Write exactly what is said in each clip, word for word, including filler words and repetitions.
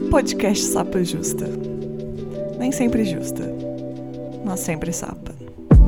Podcast Sapa Justa. Nem sempre justa, mas sempre sapa.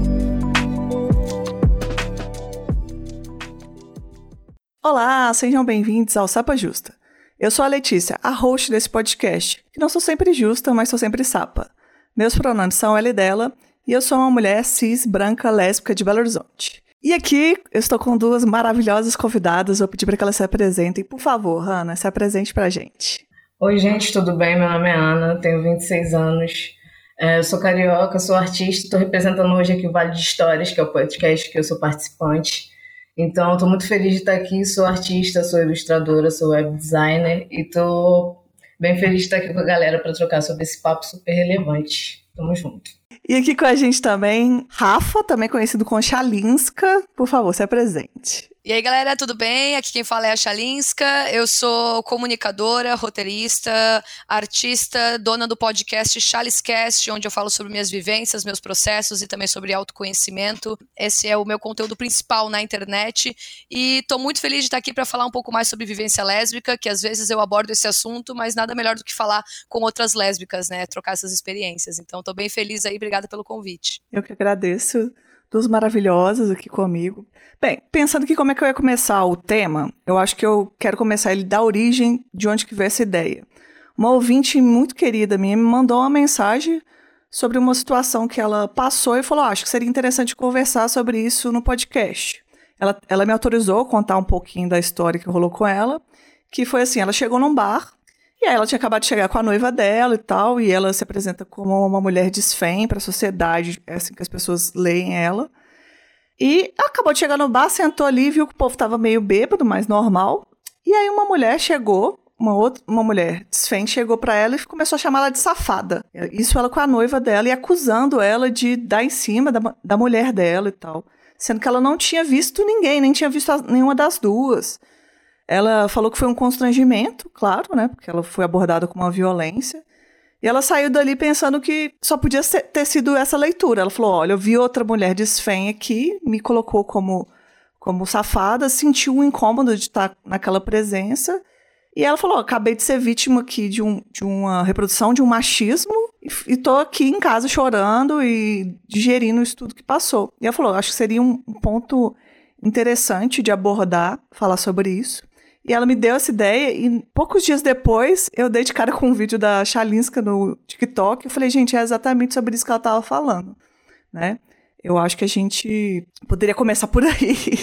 Olá, sejam bem-vindos ao Sapa Justa. Eu sou a Letícia, a host desse podcast, que não sou sempre justa, mas sou sempre sapa. Meus pronomes são ela e dela, e eu sou uma mulher cis, branca, lésbica de Belo Horizonte. E aqui eu estou com duas maravilhosas convidadas, vou pedir para que elas se apresentem. Por favor, Ana, se apresente pra gente. Oi, gente, tudo bem? Meu nome é Ana, tenho vinte e seis anos, é, eu sou carioca, sou artista, estou representando hoje aqui o Vale de Histórias, que é o podcast que eu sou participante. Então, estou muito feliz de estar aqui, sou artista, sou ilustradora, sou web designer e estou bem feliz de estar aqui com a galera para trocar sobre esse papo super relevante. Tamo junto. E aqui com a gente também, Rafa, também conhecido como Chalinska. Por favor, se apresente. E aí, galera, tudo bem? Aqui quem fala é a Chalinska. Eu sou comunicadora, roteirista, artista, dona do podcast Chaliscast, onde eu falo sobre minhas vivências, meus processos e também sobre autoconhecimento. Esse é o meu conteúdo principal na internet. E tô muito feliz de estar aqui para falar um pouco mais sobre vivência lésbica, que às vezes eu abordo esse assunto, mas nada melhor do que falar com outras lésbicas, né? Trocar essas experiências. Então, tô bem feliz aí. Obrigada pelo convite. Eu que agradeço. Duas maravilhosas aqui comigo. Bem, pensando aqui como é que eu ia começar o tema, eu acho que eu quero começar ele da origem de onde que veio essa ideia. Uma ouvinte muito querida minha me mandou uma mensagem sobre uma situação que ela passou e falou, ah, acho que seria interessante conversar sobre isso no podcast. Ela, ela me autorizou a contar um pouquinho da história que rolou com ela, que foi assim, ela chegou num bar, e aí ela tinha acabado de chegar com a noiva dela e tal, e ela se apresenta como uma mulher desfém para a sociedade, é assim que as pessoas leem ela. E acabou de chegar no bar, sentou ali, viu que o povo estava meio bêbado, mas normal. E aí uma mulher chegou, uma outra, uma mulher desfém chegou para ela e começou a chamar ela de safada. Isso ela com a noiva dela e acusando ela de dar em cima da, da mulher dela e tal. Sendo que ela não tinha visto ninguém, nem tinha visto a, nenhuma das duas. Ela falou que foi um constrangimento, claro, né? Porque ela foi abordada com uma violência. E ela saiu dali pensando que só podia ser, ter sido essa leitura. Ela falou, olha, eu vi outra mulher desfém aqui, me colocou como, como safada, sentiu um incômodo de estar naquela presença. E ela falou, acabei de ser vítima aqui de, um, de uma reprodução de um machismo e, e tô aqui em casa chorando e digerindo isso tudo que passou. E ela falou, acho que seria um, um ponto interessante de abordar, falar sobre isso. E ela me deu essa ideia e poucos dias depois eu dei de cara com um vídeo da Chalinska no TikTok. Eu falei, gente, é exatamente sobre isso que ela estava falando, né? Eu acho que a gente poderia começar por aí.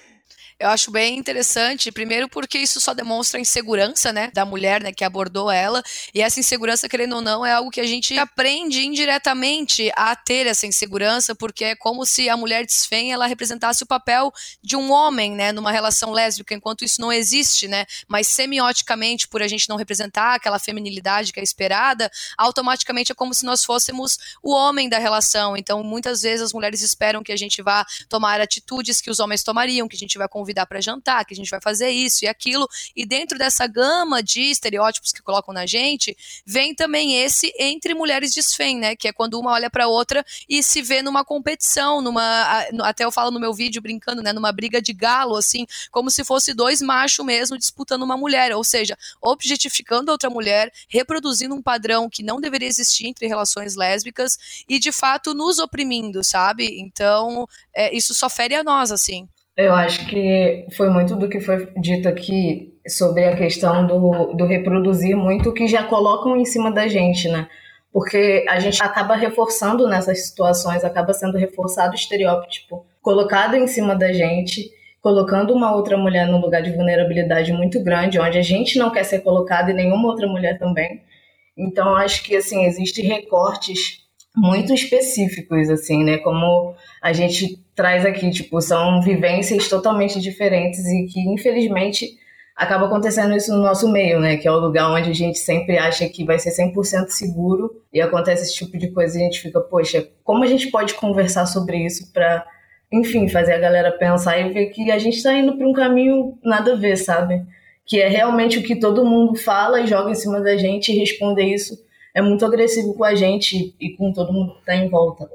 Eu acho bem interessante, primeiro porque isso só demonstra a insegurança, né, da mulher, né, que abordou ela, e essa insegurança, querendo ou não, é algo que a gente aprende indiretamente a ter essa insegurança, porque é como se a mulher desfém, ela representasse o papel de um homem, né, numa relação lésbica, enquanto isso não existe, né, mas semioticamente, por a gente não representar aquela feminilidade que é esperada, automaticamente é como se nós fôssemos o homem da relação, então muitas vezes as mulheres esperam que a gente vá tomar atitudes que os homens tomariam, que a gente vai convidar convidar para jantar, que a gente vai fazer isso e aquilo, e dentro dessa gama de estereótipos que colocam na gente, vem também esse entre mulheres desfém, né, que é quando uma olha para outra e se vê numa competição, numa, até eu falo no meu vídeo brincando, né, numa briga de galo, assim, como se fosse dois machos mesmo disputando uma mulher, ou seja, objetificando outra mulher, reproduzindo um padrão que não deveria existir entre relações lésbicas e de fato nos oprimindo, sabe? Então, é, isso só fere a nós, assim. Eu acho que foi muito do que foi dito aqui sobre a questão do, do reproduzir muito o que já colocam em cima da gente, né? Porque a gente acaba reforçando nessas situações, acaba sendo reforçado o estereótipo colocado em cima da gente, colocando uma outra mulher num lugar de vulnerabilidade muito grande, onde a gente não quer ser colocada e nenhuma outra mulher também. Então, acho que, assim, existem recortes muito específicos, assim, né? Como a gente traz aqui, tipo, são vivências totalmente diferentes e que, infelizmente, acaba acontecendo isso no nosso meio, né? Que é o lugar onde a gente sempre acha que vai ser cem por cento seguro e acontece esse tipo de coisa e a gente fica, poxa, como a gente pode conversar sobre isso para, enfim, fazer a galera pensar e ver que a gente tá indo para um caminho nada a ver, sabe? Que é realmente o que todo mundo fala e joga em cima da gente e responder isso é muito agressivo com a gente e com todo mundo que tá em volta.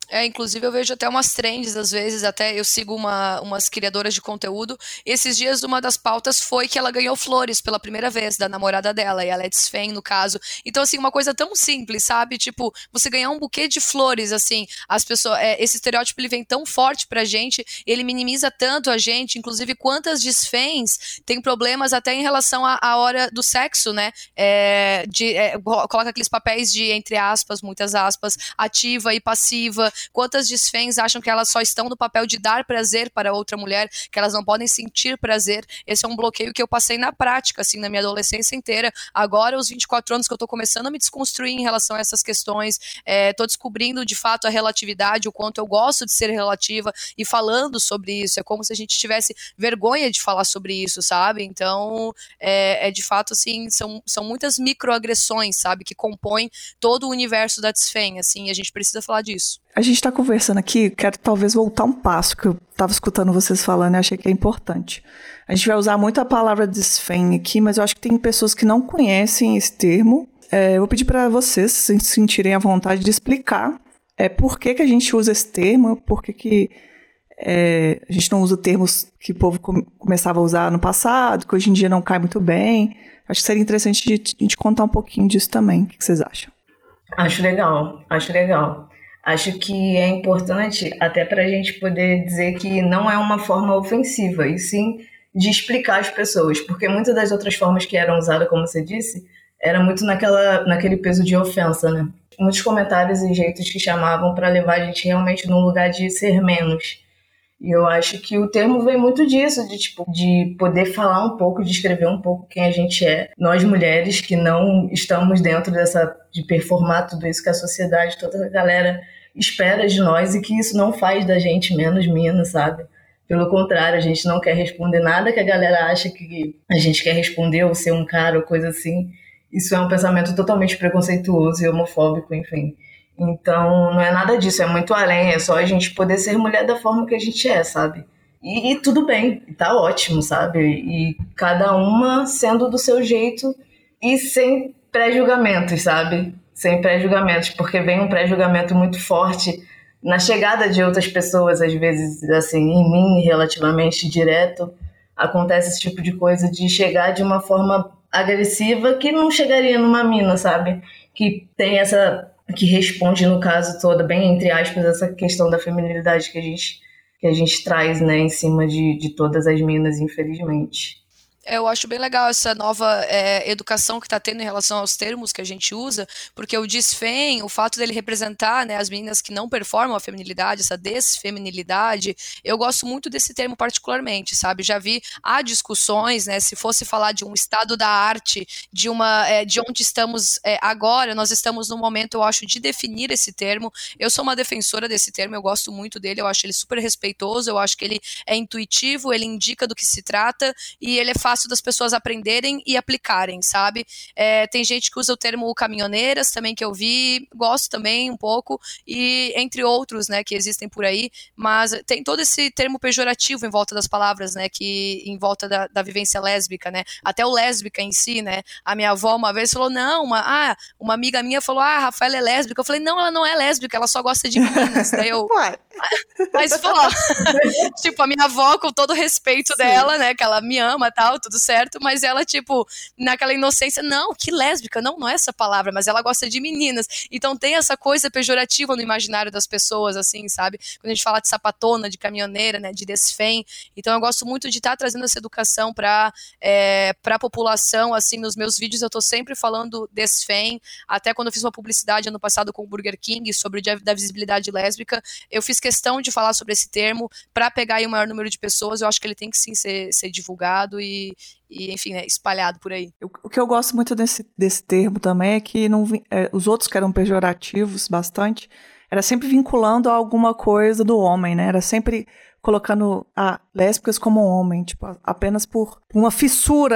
É, inclusive eu vejo até umas trends, às vezes, até eu sigo uma, umas criadoras de conteúdo, e esses dias uma das pautas foi que ela ganhou flores pela primeira vez da namorada dela, e ela é desfém, no caso. Então, assim, uma coisa tão simples, sabe? Tipo, você ganhar um buquê de flores, assim, as pessoas, é, esse estereótipo, ele vem tão forte pra gente, ele minimiza tanto a gente, inclusive quantas desféns têm problemas até em relação à, à hora do sexo, né? É, de, é, coloca aqueles papéis de, entre aspas, muitas aspas, ativa e passiva. Quantas desfãs acham que elas só estão no papel de dar prazer para outra mulher, que elas não podem sentir prazer? Esse é um bloqueio que eu passei na prática, assim, na minha adolescência inteira. Agora, aos vinte e quatro anos que eu tô começando a me desconstruir em relação a essas questões, é, tô descobrindo, de fato, a relatividade, o quanto eu gosto de ser relativa e falando sobre isso. É como se a gente tivesse vergonha de falar sobre isso, sabe? Então, é, é de fato, assim, são, são muitas microagressões, sabe? Que compõem todo o universo da desfém, assim, e a gente precisa falar disso. A gente tá conversando aqui, quero talvez voltar um passo, que eu tava escutando vocês falando e achei que é importante. A gente vai usar muito a palavra desfém aqui, mas eu acho que tem pessoas que não conhecem esse termo. É, eu vou pedir para vocês se sentirem à vontade de explicar é, por que, que a gente usa esse termo, por que, que é, a gente não usa termos que o povo come, começava a usar no passado, que hoje em dia não cai muito bem. Acho que seria interessante de, de, de contar um pouquinho disso também. O que, que vocês acham? Acho legal, acho legal. Acho que é importante até para a gente poder dizer que não é uma forma ofensiva, e sim de explicar às pessoas, porque muitas das outras formas que eram usadas, como você disse, era muito naquela, naquele peso de ofensa, né? Muitos comentários e jeitos que chamavam para levar a gente realmente num lugar de ser menos. E eu acho que o termo vem muito disso, de, tipo, de poder falar um pouco, descrever um pouco quem a gente é. Nós mulheres que não estamos dentro dessa, de performar tudo isso que a sociedade, toda a galera espera de nós, e que isso não faz da gente menos mina, sabe? Pelo contrário, a gente não quer responder nada que a galera acha que a gente quer responder, ou ser um cara, ou coisa assim. Isso é um pensamento totalmente preconceituoso e homofóbico, enfim. Então, não é nada disso, é muito além, é só a gente poder ser mulher da forma que a gente é, sabe? E, e tudo bem, tá ótimo, sabe? E cada uma sendo do seu jeito e sem pré-julgamentos, sabe? Sem pré-julgamentos, porque vem um pré-julgamento muito forte na chegada de outras pessoas, às vezes, assim, em mim, relativamente direto, acontece esse tipo de coisa de chegar de uma forma agressiva que não chegaria numa mina, sabe? Que tem essa... que responde, no caso, toda, bem entre aspas, essa questão da feminilidade que a gente, que a gente traz, né, em cima de, de todas as minas, infelizmente. Eu acho bem legal essa nova é, educação que está tendo em relação aos termos que a gente usa, porque o desfém, o fato dele representar, né, as meninas que não performam a feminilidade, essa desfeminilidade, eu gosto muito desse termo particularmente, sabe? Já vi, há discussões, né, se fosse falar de um estado da arte, de, uma, é, de onde estamos é, agora, nós estamos no momento, eu acho, de definir esse termo. Eu sou uma defensora desse termo, eu gosto muito dele, eu acho ele super respeitoso, eu acho que ele é intuitivo, ele indica do que se trata, e ele é fácil das pessoas aprenderem e aplicarem, sabe? É, tem gente que usa o termo caminhoneiras também, que eu vi, gosto também um pouco, e entre outros, né, que existem por aí, mas tem todo esse termo pejorativo em volta das palavras, né, que em volta da, da vivência lésbica, né, até o lésbica em si, né, a minha avó uma vez falou, não, uma, ah, uma amiga minha falou, ah, a Rafaela é lésbica, eu falei, não, ela não é lésbica, ela só gosta de meninas, daí eu... Mas, pô, tipo, a minha avó, com todo o respeito Sim. dela, né, que ela me ama e tal, tudo certo, mas ela, tipo, naquela inocência, não, que lésbica, não, não é essa palavra, mas ela gosta de meninas. Então tem essa coisa pejorativa no imaginário das pessoas, assim, sabe? Quando a gente fala de sapatona, de caminhoneira, né, de desfém. Então eu gosto muito de estar tá trazendo essa educação para é, pra população, assim, nos meus vídeos eu tô sempre falando desfém, até quando eu fiz uma publicidade ano passado com o Burger King sobre o dia da visibilidade lésbica, eu fiz questão de falar sobre esse termo para pegar aí o maior número de pessoas. Eu acho que ele tem que sim ser, ser divulgado e, e enfim, né, espalhado por aí. O que eu gosto muito desse, desse termo também é que não, é, os outros que eram pejorativos bastante, era sempre vinculando a alguma coisa do homem, né? Era sempre colocando ah, lésbicas como homem, tipo, apenas por uma fissura, né?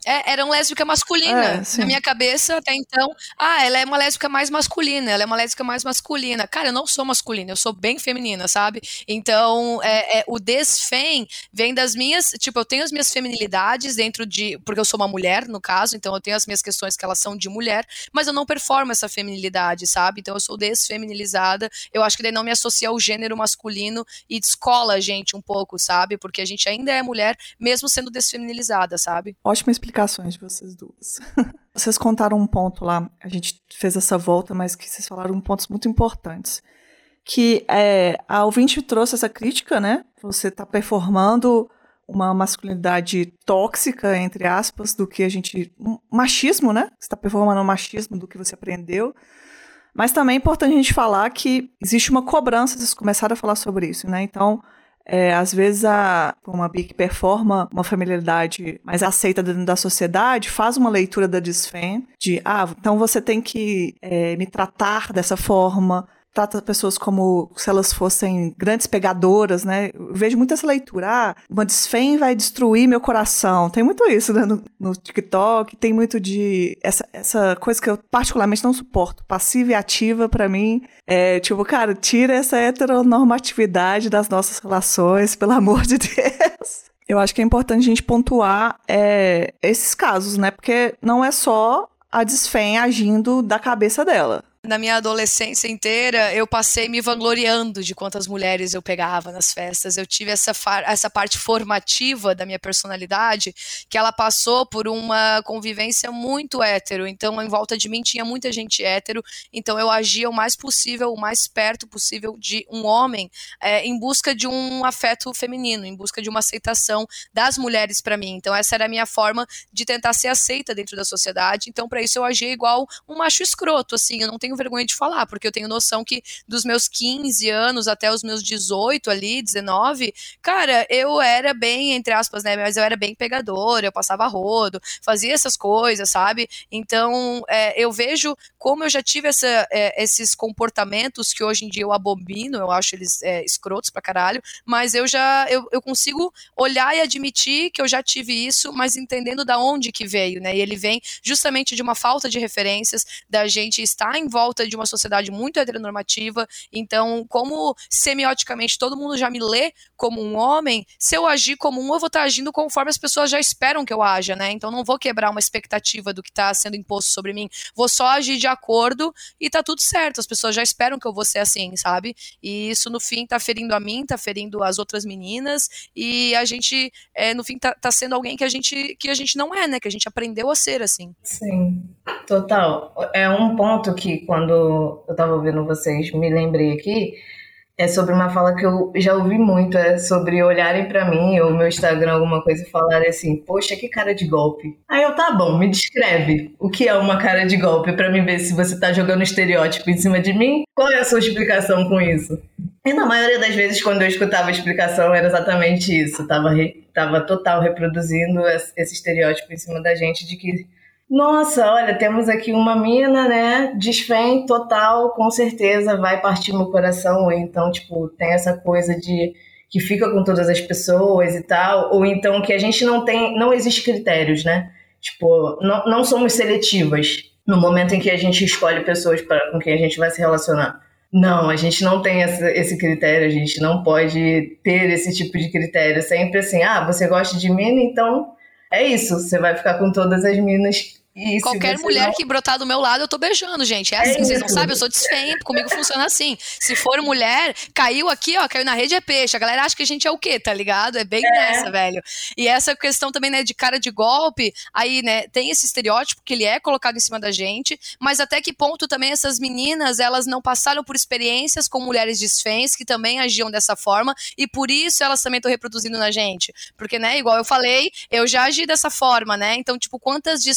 É, era uma lésbica masculina. É, Na minha cabeça, até então, ah, ela é uma lésbica mais masculina, ela é uma lésbica mais masculina. Cara, eu não sou masculina, eu sou bem feminina, sabe? Então, é, é, o desfem vem das minhas, tipo, eu tenho as minhas feminilidades dentro de, porque eu sou uma mulher, no caso, então eu tenho as minhas questões que elas são de mulher, mas eu não performo essa feminilidade, sabe? Então eu sou desfeminilizada, eu acho que daí não me associa ao gênero masculino e descola a gente um pouco, sabe? Porque a gente ainda é mulher, mesmo sendo desfeminilizada, sabe? Ótima explicação. Explicações de vocês duas. Vocês contaram um ponto lá, a gente fez essa volta, mas que vocês falaram pontos muito importantes. Que é, a ouvinte trouxe essa crítica, né? Você está performando uma masculinidade tóxica, entre aspas, do que a gente... Um machismo, né? Você está performando um machismo do que você aprendeu. Mas também é importante a gente falar que existe uma cobrança, vocês começaram a falar sobre isso, né? Então... É, às vezes a, uma bi que performa uma familiaridade mais aceita dentro da sociedade faz uma leitura da desfem de, ah, então você tem que é, me tratar dessa forma, trata pessoas como se elas fossem grandes pegadoras, né? Eu vejo muito essa leitura, ah, uma desfem vai destruir meu coração. Tem muito isso, né, no, no TikTok, tem muito de... Essa, essa coisa que eu particularmente não suporto, passiva e ativa, pra mim, é tipo, cara, tira essa heteronormatividade das nossas relações, pelo amor de Deus. Eu acho que é importante a gente pontuar é, esses casos, né? Porque não é só a desfem agindo da cabeça dela. Na minha adolescência inteira, eu passei me vangloriando de quantas mulheres eu pegava nas festas. Eu tive essa, essa parte formativa da minha personalidade, que ela passou por uma convivência muito hétero. Então, em volta de mim tinha muita gente hétero. Então, eu agia o mais possível, o mais perto possível de um homem, é, em busca de um afeto feminino, em busca de uma aceitação das mulheres para mim. Então, essa era a minha forma de tentar ser aceita dentro da sociedade. Então, para isso, eu agia igual um macho escroto, assim. Eu não tenho vergonha de falar, porque eu tenho noção que dos meus quinze anos até os meus dezoito ali, dezenove, cara, eu era bem, entre aspas, né, mas eu era bem pegadora, eu passava rodo, fazia essas coisas, sabe? Então, é, eu vejo como eu já tive essa, é, esses comportamentos que hoje em dia eu abomino, eu acho eles é, escrotos pra caralho, mas eu já, eu, eu consigo olhar e admitir que eu já tive isso, mas entendendo da onde que veio, né, e ele vem justamente de uma falta de referências, da gente estar em volta de uma sociedade muito heteronormativa. Então, como semioticamente todo mundo já me lê como um homem, se eu agir como um, eu vou estar agindo conforme as pessoas já esperam que eu haja, né? Então, não vou quebrar uma expectativa do que está sendo imposto sobre mim, vou só agir de acordo e tá tudo certo, as pessoas já esperam que eu vou ser assim, sabe? E isso, no fim, tá ferindo a mim, tá ferindo as outras meninas, e a gente, é, no fim, tá, tá sendo alguém que a, gente, que a gente não é, né? Que a gente aprendeu a ser assim. Sim, total. É um ponto que, quando eu tava ouvindo vocês, me lembrei aqui, é sobre uma fala que eu já ouvi muito, é sobre olharem pra mim ou meu Instagram, alguma coisa, e falarem assim, poxa, que cara de golpe. Aí eu, tá bom, me descreve o que é uma cara de golpe pra mim ver se você tá jogando estereótipo em cima de mim. Qual é a sua explicação com isso? E na maioria das vezes, quando eu escutava a explicação, era exatamente isso. Tava, re... tava total reproduzindo esse estereótipo em cima da gente de que nossa, olha, temos aqui uma mina, né, desfém total, com certeza vai partir meu coração, ou então, tipo, tem essa coisa de que fica com todas as pessoas e tal, ou então que a gente não tem, não existe critérios, né, tipo, não, não somos seletivas no momento em que a gente escolhe pessoas pra, com quem a gente vai se relacionar. Não, a gente não tem essa, esse critério, a gente não pode ter esse tipo de critério, sempre assim, ah, você gosta de mina, então é isso, você vai ficar com todas as minas. E qualquer mulher não... que brotar do meu lado, eu tô beijando, gente. É assim, é vocês não sabem? Eu sou desfém, comigo funciona assim. Se for mulher, caiu aqui, ó, caiu na rede é peixe. A galera acha que a gente é o quê, tá ligado? É bem é. nessa, velho. E essa questão também, né, de cara de golpe, aí, né, tem esse estereótipo que ele é colocado em cima da gente, mas até que ponto também essas meninas, elas não passaram por experiências com mulheres desféns que também agiam dessa forma, e por isso elas também estão reproduzindo na gente. Porque, né, igual eu falei, eu já agi dessa forma, né? Então, tipo, quantas desféns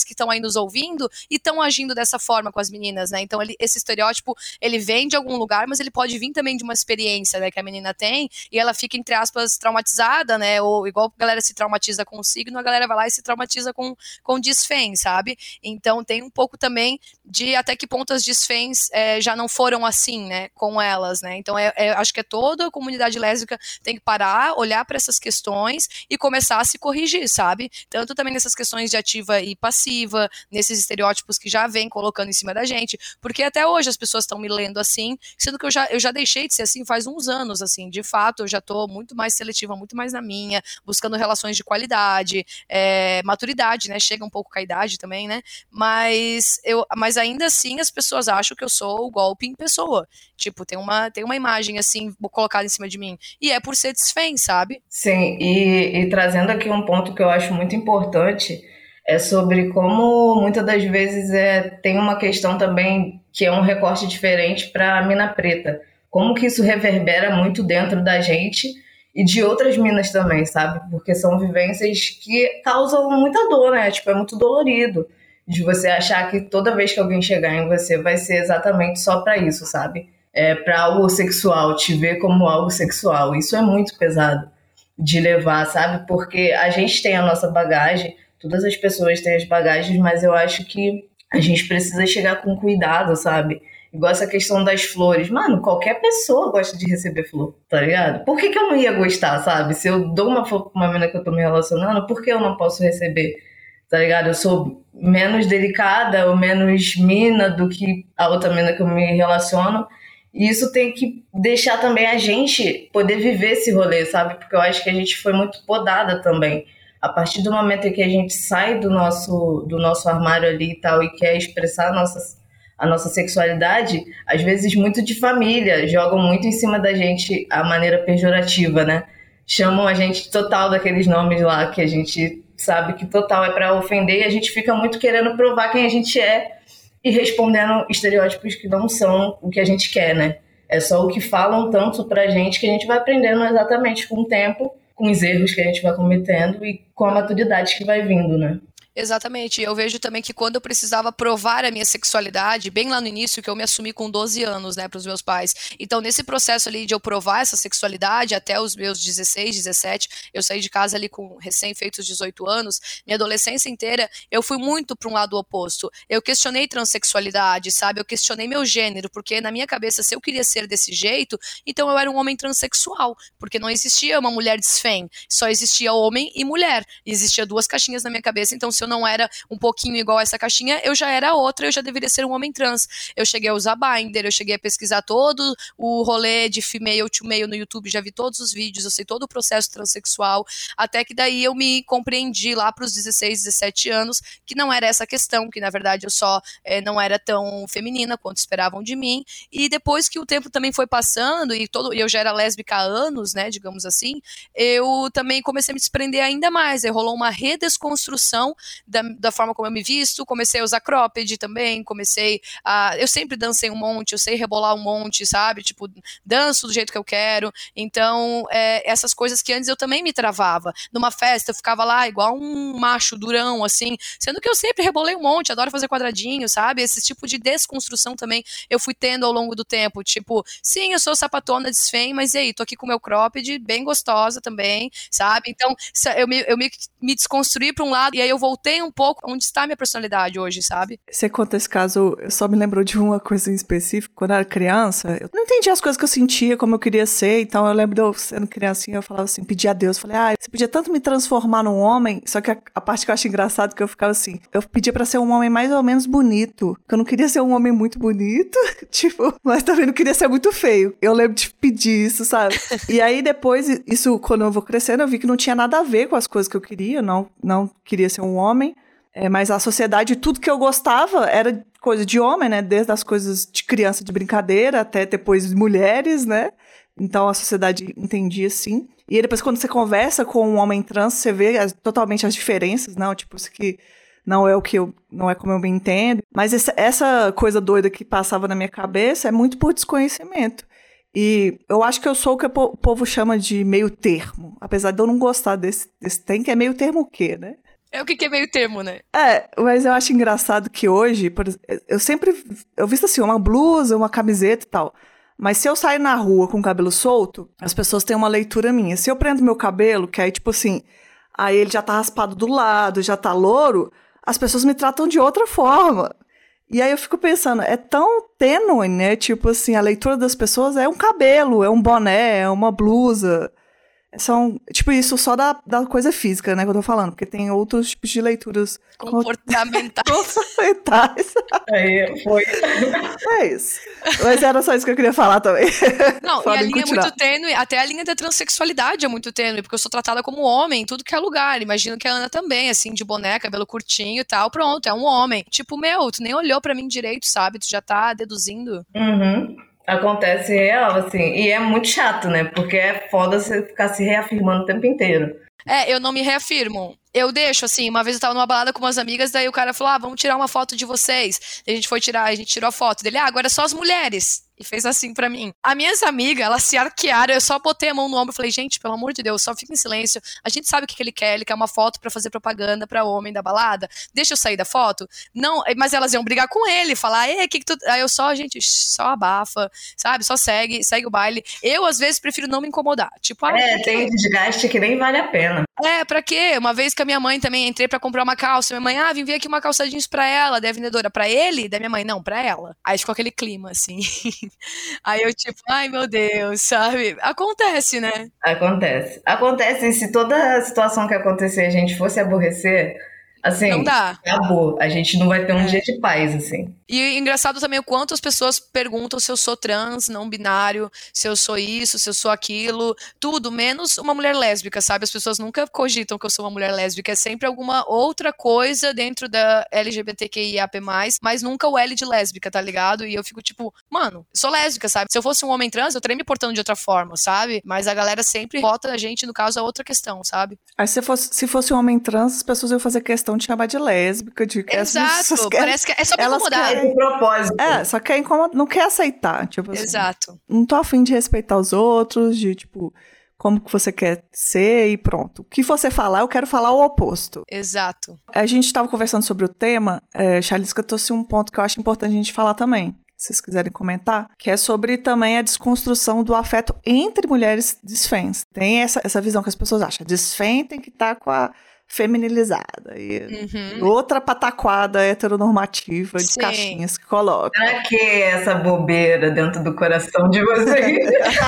que estão aí nos ouvindo e estão agindo dessa forma com as meninas, né? Então ele, esse estereótipo, ele vem de algum lugar, mas ele pode vir também de uma experiência, né, que a menina tem e ela fica, entre aspas, traumatizada, né? Ou igual a galera se traumatiza com o signo, a galera vai lá e se traumatiza com, com desfém, sabe? Então tem um pouco também de até que ponto as desféns é, já não foram assim, né, com elas, né? Então é, é, acho que é toda a comunidade lésbica tem que parar, olhar para essas questões e começar a se corrigir, sabe? Tanto também nessas questões de ativa e passiva, nesses estereótipos que já vem colocando em cima da gente, porque até hoje as pessoas estão me lendo assim, sendo que eu já, eu já deixei de ser assim faz uns anos, assim, de fato eu já tô muito mais seletiva, muito mais na minha, buscando relações de qualidade, é, maturidade, né, chega um pouco com a idade também, né, mas, eu, mas ainda assim as pessoas acham que eu sou o golpe em pessoa, tipo, tem uma, tem uma imagem assim, colocada em cima de mim, e é por ser desfém, sabe? Sim, e, e trazendo aqui um ponto que eu acho muito importante, é sobre como muitas das vezes é, tem uma questão também que é um recorte diferente para a mina preta. Como que isso reverbera muito dentro da gente e de outras minas também, sabe? Porque são vivências que causam muita dor, né? Tipo, é muito dolorido de você achar que toda vez que alguém chegar em você vai ser exatamente só para isso, sabe? É para algo sexual, te ver como algo sexual. Isso é muito pesado de levar, sabe? Porque a gente tem a nossa bagagem, todas as pessoas têm as bagagens, mas eu acho que a gente precisa chegar com cuidado, sabe? Igual essa questão das flores. Mano, qualquer pessoa gosta de receber flor, tá ligado? Por que que eu não ia gostar, sabe? Se eu dou uma flor pra uma menina que eu tô me relacionando, por que eu não posso receber? Tá ligado? Eu sou menos delicada ou menos mina do que a outra menina que eu me relaciono. E isso tem que deixar também a gente poder viver esse rolê, sabe? Porque eu acho que a gente foi muito podada também. A partir do momento em que a gente sai do nosso, do nosso armário ali e tal e quer expressar a nossa, a nossa sexualidade, às vezes muito de família, jogam muito em cima da gente a maneira pejorativa, né? Chamam a gente total daqueles nomes lá que a gente sabe que total é para ofender e a gente fica muito querendo provar quem a gente é e respondendo estereótipos que não são o que a gente quer, né? É só o que falam tanto pra gente que a gente vai aprendendo exatamente com o tempo, com os erros que a gente vai cometendo e com a maturidade que vai vindo, né? Exatamente, eu vejo também que quando eu precisava provar a minha sexualidade, bem lá no início, que eu me assumi com doze anos, né, para os meus pais, então nesse processo ali de eu provar essa sexualidade até os meus dezesseis, dezessete, eu saí de casa ali com recém-feitos dezoito anos, minha adolescência inteira, eu fui muito para um lado oposto, eu questionei transexualidade, sabe, eu questionei meu gênero, porque na minha cabeça, se eu queria ser desse jeito, então eu era um homem transexual, porque não existia uma mulher desfém, só existia homem e mulher, e existia duas caixinhas na minha cabeça, então se eu não era um pouquinho igual a essa caixinha, eu já era outra, eu já deveria ser um homem trans. Eu cheguei a usar binder, eu cheguei a pesquisar todo o rolê de female to male no YouTube, já vi todos os vídeos, eu sei todo o processo transexual, até que daí eu me compreendi lá para os dezesseis, dezessete anos, que não era essa questão, que na verdade eu só é, não era tão feminina quanto esperavam de mim, e depois que o tempo também foi passando, e todo, eu já era lésbica há anos, né, digamos assim, eu também comecei a me desprender ainda mais, aí rolou uma redesconstrução Da, da forma como eu me visto, comecei a usar cropped também, comecei a... Eu sempre dancei um monte, eu sei rebolar um monte, sabe? Tipo, danço do jeito que eu quero. Então, é, essas coisas que antes eu também me travava. Numa festa, eu ficava lá igual um macho durão, assim, sendo que eu sempre rebolei um monte, adoro fazer quadradinho, sabe? Esse tipo de desconstrução também eu fui tendo ao longo do tempo. Tipo, sim, eu sou sapatona desfém, mas e aí, tô aqui com o meu cropped, bem gostosa também, sabe? Então, eu me, eu me, me desconstruí pra um lado, e aí eu voltei um pouco onde está a minha personalidade hoje, sabe? Você conta esse caso, eu só me lembrou de uma coisa em específico. Quando eu era criança, eu não entendia as coisas que eu sentia, como eu queria ser, então eu lembro de eu sendo criancinha, eu falava assim, pedia a Deus, falei, ah, você podia tanto me transformar num homem, só que a, a parte que eu acho engraçado é que eu ficava assim, eu pedia pra ser um homem mais ou menos bonito, que eu não queria ser um homem muito bonito, tipo, mas também não queria ser muito feio. Eu lembro de pedir isso, sabe? E aí depois, isso, quando eu vou crescendo, eu vi que não tinha nada a ver com as coisas que eu queria, não, não queria ser um homem. É, mas a sociedade, tudo que eu gostava era coisa de homem, né? Desde as coisas de criança de brincadeira até depois mulheres, né? Então a sociedade entendia assim. E aí, depois quando você conversa com um homem trans, você vê as, totalmente as diferenças, não? Tipo, isso aqui não é o que eu, não é como eu me entendo. Mas essa, essa coisa doida que passava na minha cabeça é muito por desconhecimento. E eu acho que eu sou o que o povo chama de meio termo. Apesar de eu não gostar desse, desse tem, que é meio termo o quê, né? É o que, que é meio termo, né? É, mas eu acho engraçado que hoje, por, eu sempre, eu visto assim, uma blusa, uma camiseta e tal, mas se eu sair na rua com o cabelo solto, as pessoas têm uma leitura minha. Se eu prendo meu cabelo, que aí tipo assim, aí ele já tá raspado do lado, já tá louro, as pessoas me tratam de outra forma. E aí eu fico pensando, é tão tênue, né? Tipo assim, a leitura das pessoas é um cabelo, é um boné, é uma blusa. São, tipo, isso só da, da coisa física, né, que eu tô falando, porque tem outros tipos de leituras comportamentais. comportamentais. Aí foi. É isso. Mas era só isso que eu queria falar também. Não, e a linha continuar. É muito tênue, até a linha da transexualidade é muito tênue, porque eu sou tratada como homem em tudo que é lugar. Imagino que a Ana também, assim, de boné, cabelo curtinho e tal, pronto, é um homem. Tipo, meu, tu nem olhou pra mim direito, sabe? Tu já tá deduzindo. Uhum. Acontece real, assim, e é muito chato, né, porque é foda você ficar se reafirmando o tempo inteiro. É, eu não me reafirmo. Eu deixo, assim, uma vez eu tava numa balada com umas amigas, daí o cara falou, ah, vamos tirar uma foto de vocês. E a gente foi tirar, a gente tirou a foto dele, ah, agora é só as mulheres. E fez assim pra mim. As minhas amigas, elas se arquearam, eu só botei a mão no ombro e falei, gente, pelo amor de Deus, só fica em silêncio. A gente sabe o que, que ele quer, ele quer uma foto pra fazer propaganda pra homem da balada. Deixa eu sair da foto. Não, mas elas iam brigar com ele, falar, ei, que que tu... Aí eu só, gente, só abafa, sabe? Só segue, segue o baile. Eu, às vezes, prefiro não me incomodar. Tipo, ah, é, tem desgaste que nem vale a pena. É, pra quê? Uma vez com a minha mãe também, entrei pra comprar uma calça. Minha mãe, ah, vim ver aqui uma calça jeans pra ela. Daí a vendedora, pra ele? Da minha mãe, não, pra ela. Aí ficou aquele clima, assim. Aí eu tipo, ai meu Deus, sabe? Acontece, né? Acontece. Acontece, e se toda situação que acontecer a gente fosse aborrecer, assim, não dá. Acabou. A gente não vai ter um é. dia de paz, assim. E engraçado também o quanto as pessoas perguntam se eu sou trans, não binário, se eu sou isso, se eu sou aquilo, tudo, menos uma mulher lésbica, sabe? As pessoas nunca cogitam que eu sou uma mulher lésbica, é sempre alguma outra coisa dentro da L G B T Q I A P mais, mas nunca o L de lésbica, tá ligado? E eu fico tipo, mano, sou lésbica, sabe? Se eu fosse um homem trans, eu estaria me portando de outra forma, sabe? Mas a galera sempre bota a gente, no caso, a outra questão, sabe? Aí se fosse, se fosse um homem trans, as pessoas iam fazer questão de chamar de lésbica, de que exato, parece que é só pra incomodar. De propósito. É, só quer incomodar, não quer aceitar, tipo assim. Exato. Não tô afim de respeitar os outros, de tipo, como que você quer ser e pronto. O que você falar, eu quero falar o oposto. Exato. A gente tava conversando sobre o tema, é, Charlisca trouxe um ponto que eu acho importante a gente falar também, se vocês quiserem comentar, que é sobre também a desconstrução do afeto entre mulheres desfens. Tem essa, essa visão que as pessoas acham, desfen tem que estar tá com a feminilizada e uhum. outra pataquada heteronormativa de Sim. caixinhas que coloca. Pra que essa bobeira dentro do coração de vocês?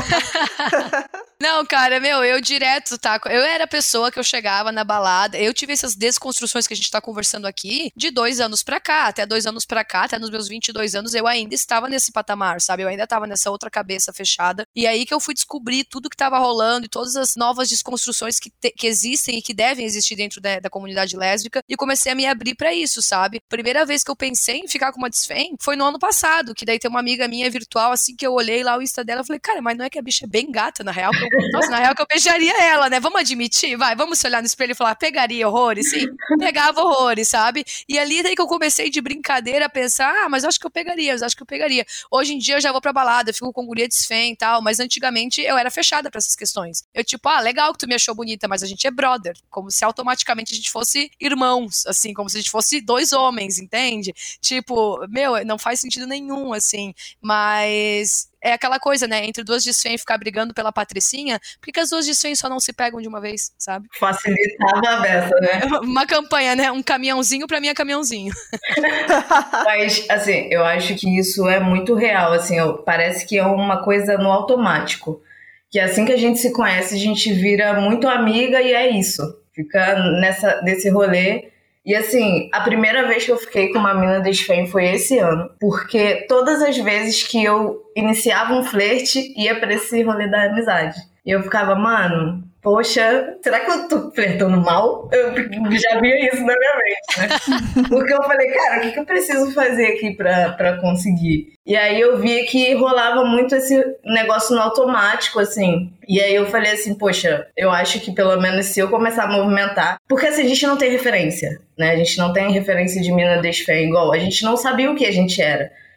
Não, cara, meu, eu direto, tá? Eu era a pessoa que eu chegava na balada, eu tive essas desconstruções que a gente tá conversando aqui de dois anos pra cá, até dois anos pra cá, até nos meus vinte e dois anos, eu ainda estava nesse patamar, sabe? Eu ainda tava nessa outra cabeça fechada. E aí que eu fui descobrir tudo que tava rolando e todas as novas desconstruções que, te, que existem e que devem existir dentro da, da comunidade lésbica e comecei a me abrir pra isso, sabe? Primeira vez que eu pensei em ficar com uma desfém foi no ano passado, que daí tem uma amiga minha virtual, assim, que eu olhei lá o Insta dela e falei, cara, mas não é que a bicha é bem gata, na real, que eu Nossa, na real que eu beijaria ela, né? Vamos admitir? Vai, vamos se olhar no espelho e falar, pegaria horrores? Sim, pegava horrores, sabe? E ali daí que eu comecei de brincadeira a pensar, ah, mas eu acho que eu pegaria, eu acho que eu pegaria. Hoje em dia eu já vou pra balada, eu fico com guria desfém e tal, mas antigamente eu era fechada pra essas questões. Eu tipo, ah, legal que tu me achou bonita, mas a gente é brother. Como se automaticamente a gente fosse irmãos, assim, como se a gente fosse dois homens, entende? Tipo, meu, não faz sentido nenhum, assim, mas... É aquela coisa, né? Entre duas desfém ficar brigando pela patricinha, por que, que as duas desfém só não se pegam de uma vez, sabe? Facilitava a beça, né? Uma campanha, né? Um caminhãozinho pra mim é caminhãozinho. Mas, assim, eu acho que isso é muito real, assim, parece que é uma coisa no automático. Que assim que a gente se conhece, a gente vira muito amiga e é isso. Fica nessa, nesse rolê. E assim, a primeira vez que eu fiquei com uma mina desfém foi esse ano. Porque todas as vezes que eu iniciava um flerte, ia pra esse rolê da amizade. E eu ficava, mano, poxa, será que eu tô flertando mal? Eu já via isso na minha mente, né? Porque eu falei, cara, o que, que eu preciso fazer aqui pra, pra conseguir? E aí eu vi que rolava muito esse negócio no automático, assim. E aí eu falei assim, poxa, eu acho que pelo menos se eu começar a movimentar... Porque assim, a gente não tem referência, né? A gente não tem referência de mina desfém igual. A gente não sabia o que a gente era.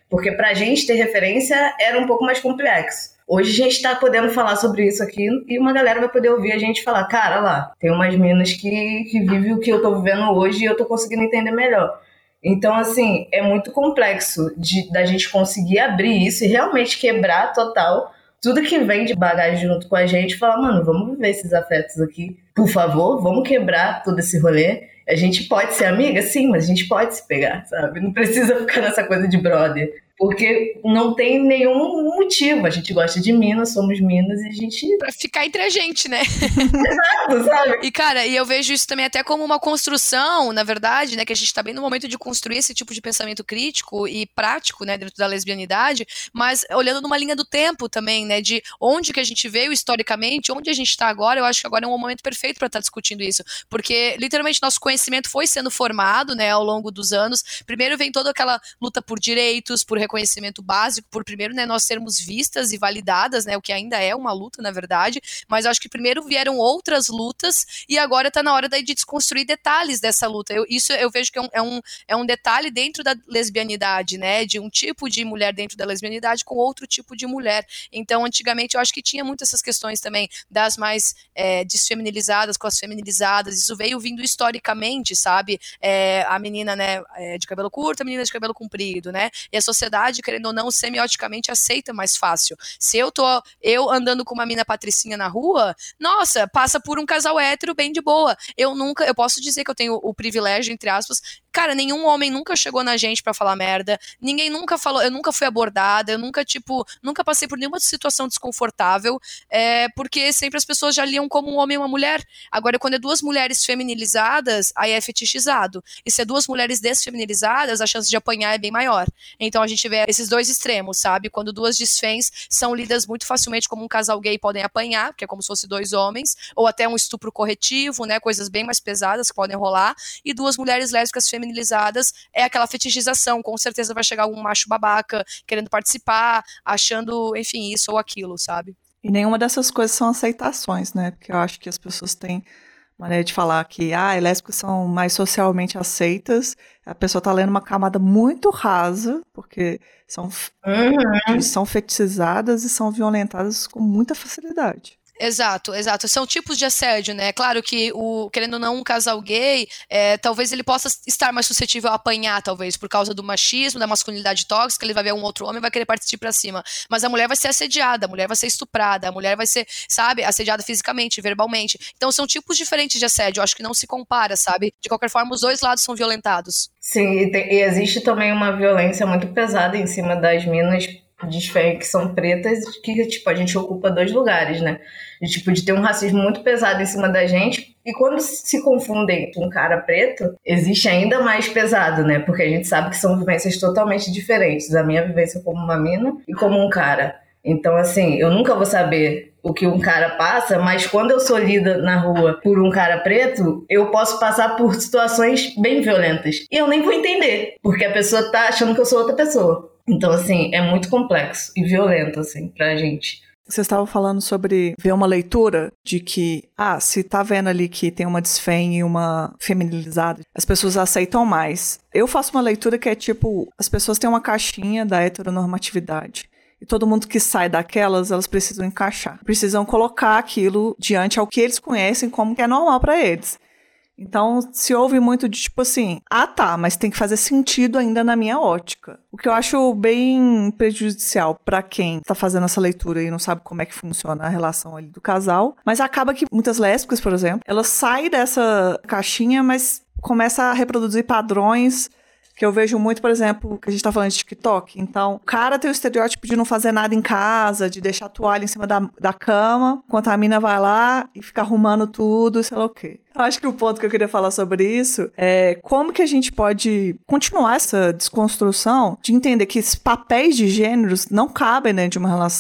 Porque pra gente ter referência era um pouco mais complexo. Hoje a gente tá podendo falar sobre isso aqui e uma galera vai poder ouvir a gente falar, cara, lá, tem umas minas que, que vivem o que eu tô vivendo hoje e eu tô conseguindo entender melhor. Então, assim, é muito complexo de, da gente conseguir abrir isso e realmente quebrar total tudo que vem de bagagem junto com a gente e falar, mano, vamos viver esses afetos aqui, por favor, vamos quebrar todo esse rolê. A gente pode ser amiga? Sim, mas a gente pode se pegar, sabe? Não precisa ficar nessa coisa de brother. Porque não tem nenhum motivo. A gente gosta de Minas, somos Minas e a gente... Pra ficar entre a gente, né? Exato, sabe? E, cara, e eu vejo isso também até como uma construção, na verdade, né? Que a gente tá bem no momento de construir esse tipo de pensamento crítico e prático, né? Dentro da lesbianidade, mas olhando numa linha do tempo também, né? De onde que a gente veio historicamente, onde a gente tá agora. Eu acho que agora é um momento perfeito pra estar discutindo isso. Porque, literalmente, nosso conhecimento foi sendo formado, né? Ao longo dos anos. Primeiro vem toda aquela luta por direitos, por reconhecimento básico, por primeiro, né, nós sermos vistas e validadas, né, o que ainda é uma luta, na verdade, mas acho que primeiro vieram outras lutas e agora tá na hora daí de desconstruir detalhes dessa luta. Eu, isso eu vejo que é um, é, um, é um detalhe dentro da lesbianidade, né, de um tipo de mulher dentro da lesbianidade com outro tipo de mulher. Então, antigamente, eu acho que tinha muito essas questões também das mais é, desfeminilizadas com as feminilizadas, isso veio vindo historicamente, sabe, é, a menina, né, é, de cabelo curto, a menina de cabelo comprido, né, e a sociedade, querendo ou não, semioticamente aceita mais fácil. Se eu tô, eu andando com uma mina patricinha na rua, nossa, passa por um casal hétero bem de boa. Eu nunca, eu posso dizer que eu tenho o privilégio, entre aspas, cara, nenhum homem nunca chegou na gente pra falar merda, ninguém nunca falou, eu nunca fui abordada, eu nunca, tipo, nunca passei por nenhuma situação desconfortável, é, porque sempre as pessoas já liam como um homem e uma mulher. Agora, quando é duas mulheres feminilizadas, aí é fetichizado. E se é duas mulheres desfeminilizadas, a chance de apanhar é bem maior. Então a gente vê esses dois extremos, sabe? Quando duas desfens são lidas muito facilmente como um casal gay, podem apanhar, que é como se fosse dois homens, ou até um estupro corretivo, né? Coisas bem mais pesadas que podem rolar. E duas mulheres lésbicas feminilizadas é aquela fetichização. Com certeza vai chegar algum macho babaca querendo participar, achando, enfim, isso ou aquilo, sabe? E nenhuma dessas coisas são aceitações, né? Porque eu acho que as pessoas têm maneira de falar que ah, lésbicas são mais socialmente aceitas. A pessoa tá lendo uma camada muito rasa, porque são, uhum. são fetichizadas e são violentadas com muita facilidade. Exato, exato. São tipos de assédio, né? Claro que, o, querendo ou não, um casal gay, é, talvez ele possa estar mais suscetível a apanhar, talvez, por causa do machismo, da masculinidade tóxica, ele vai ver um outro homem e vai querer partir pra cima. Mas a mulher vai ser assediada, a mulher vai ser estuprada, a mulher vai ser, sabe, assediada fisicamente, verbalmente. Então são tipos diferentes de assédio, eu acho que não se compara, sabe? De qualquer forma, os dois lados são violentados. Sim, e, tem, e existe também uma violência muito pesada em cima das minas desfém que são pretas, que tipo, a gente ocupa dois lugares, né? De, tipo, de ter um racismo muito pesado em cima da gente, e quando se confundem com um cara preto, existe ainda mais pesado, né? Porque a gente sabe que são vivências totalmente diferentes, a minha vivência como uma mina e como um cara. Então, assim, eu nunca vou saber o que um cara passa, mas quando eu sou lida na rua por um cara preto, eu posso passar por situações bem violentas. E eu nem vou entender, porque a pessoa tá achando que eu sou outra pessoa. Então, assim, é muito complexo e violento, assim, pra gente. Vocês estavam falando sobre ver uma leitura de que, ah, se tá vendo ali que tem uma desfém e uma feminilizada, as pessoas aceitam mais. Eu faço uma leitura que é tipo, as pessoas têm uma caixinha da heteronormatividade. E todo mundo que sai daquelas, elas precisam encaixar. Precisam colocar aquilo diante ao que eles conhecem como que é normal pra eles. Então, se ouve muito de tipo assim, ah tá, mas tem que fazer sentido ainda na minha ótica. O que eu acho bem prejudicial pra quem tá fazendo essa leitura e não sabe como é que funciona a relação ali do casal. Mas acaba que muitas lésbicas, por exemplo, elas saem dessa caixinha, mas começam a reproduzir padrões que eu vejo muito, por exemplo, que a gente tá falando de TikTok. Então, o cara tem o estereótipo de não fazer nada em casa, de deixar a toalha em cima da, da cama, enquanto a mina vai lá e fica arrumando tudo, sei lá o quê. Eu acho que o ponto que eu queria falar sobre isso é como que a gente pode continuar essa desconstrução de entender que esses papéis de gêneros não cabem dentro de uma relação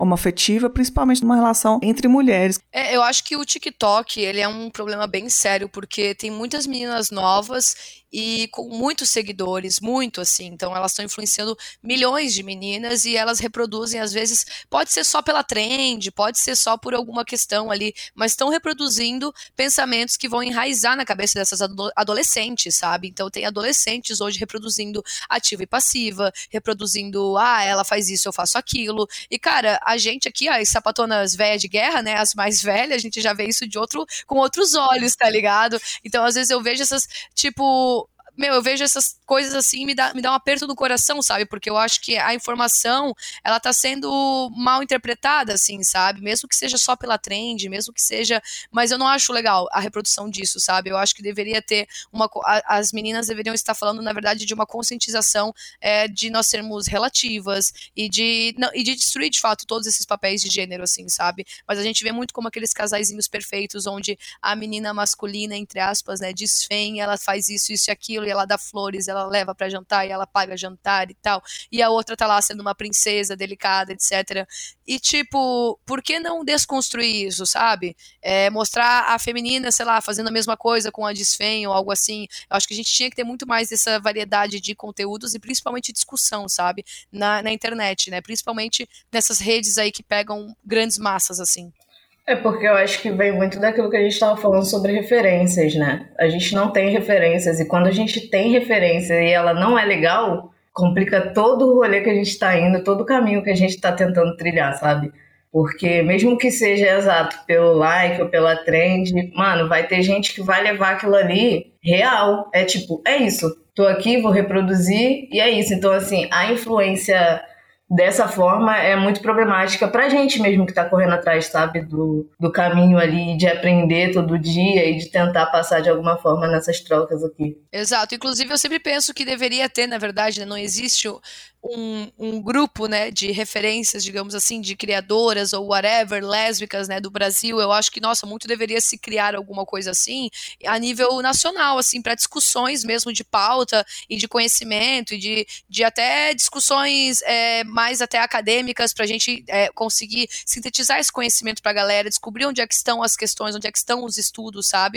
homoafetiva, principalmente numa relação entre mulheres. É, eu acho que o TikTok, ele é um problema bem sério, porque tem muitas meninas novas e com muitos seguidores, muito assim, então elas estão influenciando milhões de meninas e elas reproduzem, às vezes, pode ser só pela trend, pode ser só por alguma questão ali, mas estão reproduzindo pensamentos que vão enraizar na cabeça dessas ado- adolescentes, sabe? Então tem adolescentes hoje reproduzindo ativa e passiva, reproduzindo, ah, ela faz isso, eu faço aquilo, e cara, a gente aqui, as sapatonas velhas de guerra, né, as mais velhas, a gente já vê isso de outro, com outros olhos, tá ligado? Então às vezes eu vejo essas, tipo, meu, eu vejo essas coisas assim, me dá, me dá um aperto no coração, sabe? Porque eu acho que a informação, ela tá sendo mal interpretada, assim, sabe? Mesmo que seja só pela trend, mesmo que seja... Mas eu não acho legal a reprodução disso, sabe? Eu acho que deveria ter uma... As meninas deveriam estar falando, na verdade, de uma conscientização é, de nós sermos relativas e de, não, e de destruir, de fato, todos esses papéis de gênero, assim, sabe? Mas a gente vê muito como aqueles casaizinhos perfeitos, onde a menina masculina, entre aspas, né, desfém, ela faz isso, isso e aquilo, e ela dá flores, ela leva pra jantar, e ela paga jantar e tal, e a outra tá lá sendo uma princesa delicada, etcétera. E tipo, por que não desconstruir isso, sabe? É, mostrar a feminina, sei lá, fazendo a mesma coisa com a desfém ou algo assim. Eu acho que a gente tinha que ter muito mais dessa variedade de conteúdos e principalmente discussão, sabe? Na, na internet, né? Principalmente nessas redes aí que pegam grandes massas, assim. É porque eu acho que vem muito daquilo que a gente estava falando sobre referências, né? A gente não tem referências, e quando a gente tem referência e ela não é legal, complica todo o rolê que a gente está indo, todo o caminho que a gente está tentando trilhar, sabe? Porque mesmo que seja exato pelo like ou pela trend, mano, vai ter gente que vai levar aquilo ali real. É tipo, é isso, tô aqui, vou reproduzir e é isso. Então, assim, a influência dessa forma é muito problemática pra gente mesmo que tá correndo atrás, sabe, do, do caminho ali, de aprender todo dia e de tentar passar de alguma forma nessas trocas aqui. Exato, inclusive eu sempre penso que deveria ter, na verdade, né, não existe um, um grupo, né, de referências, digamos assim, de criadoras ou whatever, lésbicas, né, do Brasil. Eu acho que, nossa, muito deveria se criar alguma coisa assim, a nível nacional, assim, para discussões mesmo de pauta e de conhecimento e de, de até discussões é, mais até acadêmicas, para a gente é, conseguir sintetizar esse conhecimento para a galera, descobrir onde é que estão as questões, onde é que estão os estudos, sabe?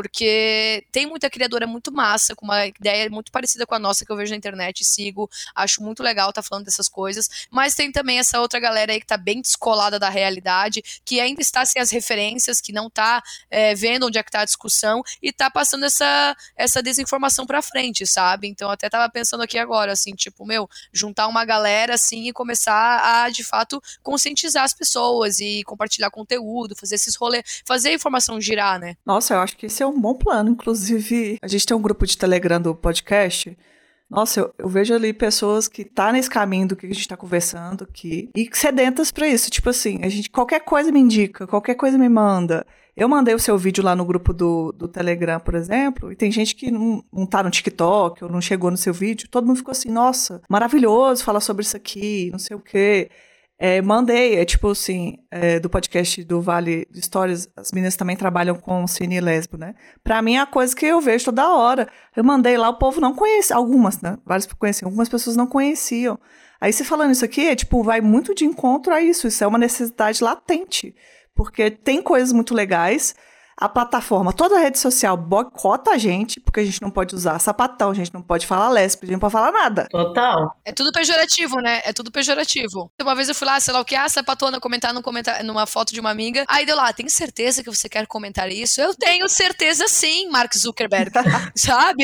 Porque tem muita criadora muito massa, com uma ideia muito parecida com a nossa que eu vejo na internet e sigo, acho muito legal tá falando dessas coisas, mas tem também essa outra galera aí que tá bem descolada da realidade, que ainda está sem as referências, que não tá é, vendo onde é que tá a discussão e tá passando essa, essa desinformação pra frente, sabe? Então eu até tava pensando aqui agora, assim, tipo, meu, juntar uma galera assim e começar a, de fato, conscientizar as pessoas e compartilhar conteúdo, fazer esses rolês, fazer a informação girar, né? Nossa, eu acho que esse é um bom plano. Inclusive, a gente tem um grupo de Telegram do podcast. Nossa, eu, eu vejo ali pessoas que tá nesse caminho do que a gente tá conversando aqui e sedentas pra isso. Tipo assim, a gente, qualquer coisa me indica, qualquer coisa me manda. Eu mandei o seu vídeo lá no grupo do, do Telegram, por exemplo, e tem gente que não, não tá no TikTok ou não chegou no seu vídeo. Todo mundo ficou assim, nossa, maravilhoso falar sobre isso aqui, não sei o quê. É, mandei, é tipo assim, é, do podcast do Vale de Histórias, as meninas também trabalham com cine e lesbo, né? Pra mim é a coisa que eu vejo toda hora. Eu mandei lá, o povo não conhece, algumas, né? Várias conheciam, algumas pessoas não conheciam. Aí você falando isso aqui, é tipo, vai muito de encontro a isso, isso é uma necessidade latente, porque tem coisas muito legais. A plataforma, toda a rede social boicota a gente, porque a gente não pode usar sapatão, a gente não pode falar lésbica, a gente não pode falar nada. Total. É tudo pejorativo, né? É tudo pejorativo. Uma vez eu fui lá, sei lá o que, ah, sapatona, comentar num comentário, numa foto de uma amiga. Aí deu lá, tem certeza que você quer comentar isso? Eu tenho certeza sim, Mark Zuckerberg. Sabe?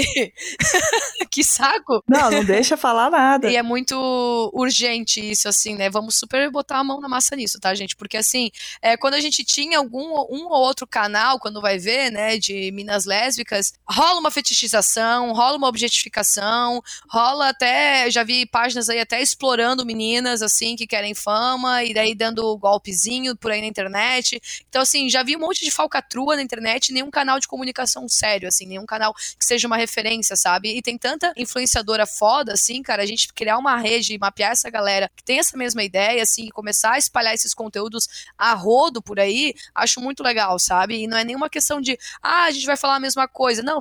Que saco. Não, não deixa falar nada. E é muito urgente isso, assim, né? Vamos super botar a mão na massa nisso, tá, gente? Porque, assim, é, quando a gente tinha algum um ou outro canal, quando vai ver, né, de minas lésbicas, rola uma fetichização, rola uma objetificação, rola até, já vi páginas aí até explorando meninas, assim, que querem fama, e daí dando golpezinho por aí na internet. Então, assim, já vi um monte de falcatrua na internet, nenhum canal de comunicação sério, assim, nenhum canal que seja uma referência, sabe? E tem tanta influenciadora foda, assim, cara, a gente criar uma rede e mapear essa galera que tem essa mesma ideia, assim, e começar a espalhar esses conteúdos a rodo por aí, acho muito legal, sabe? E não é nenhuma questão de, ah, a gente vai falar a mesma coisa. Não, porque cada uma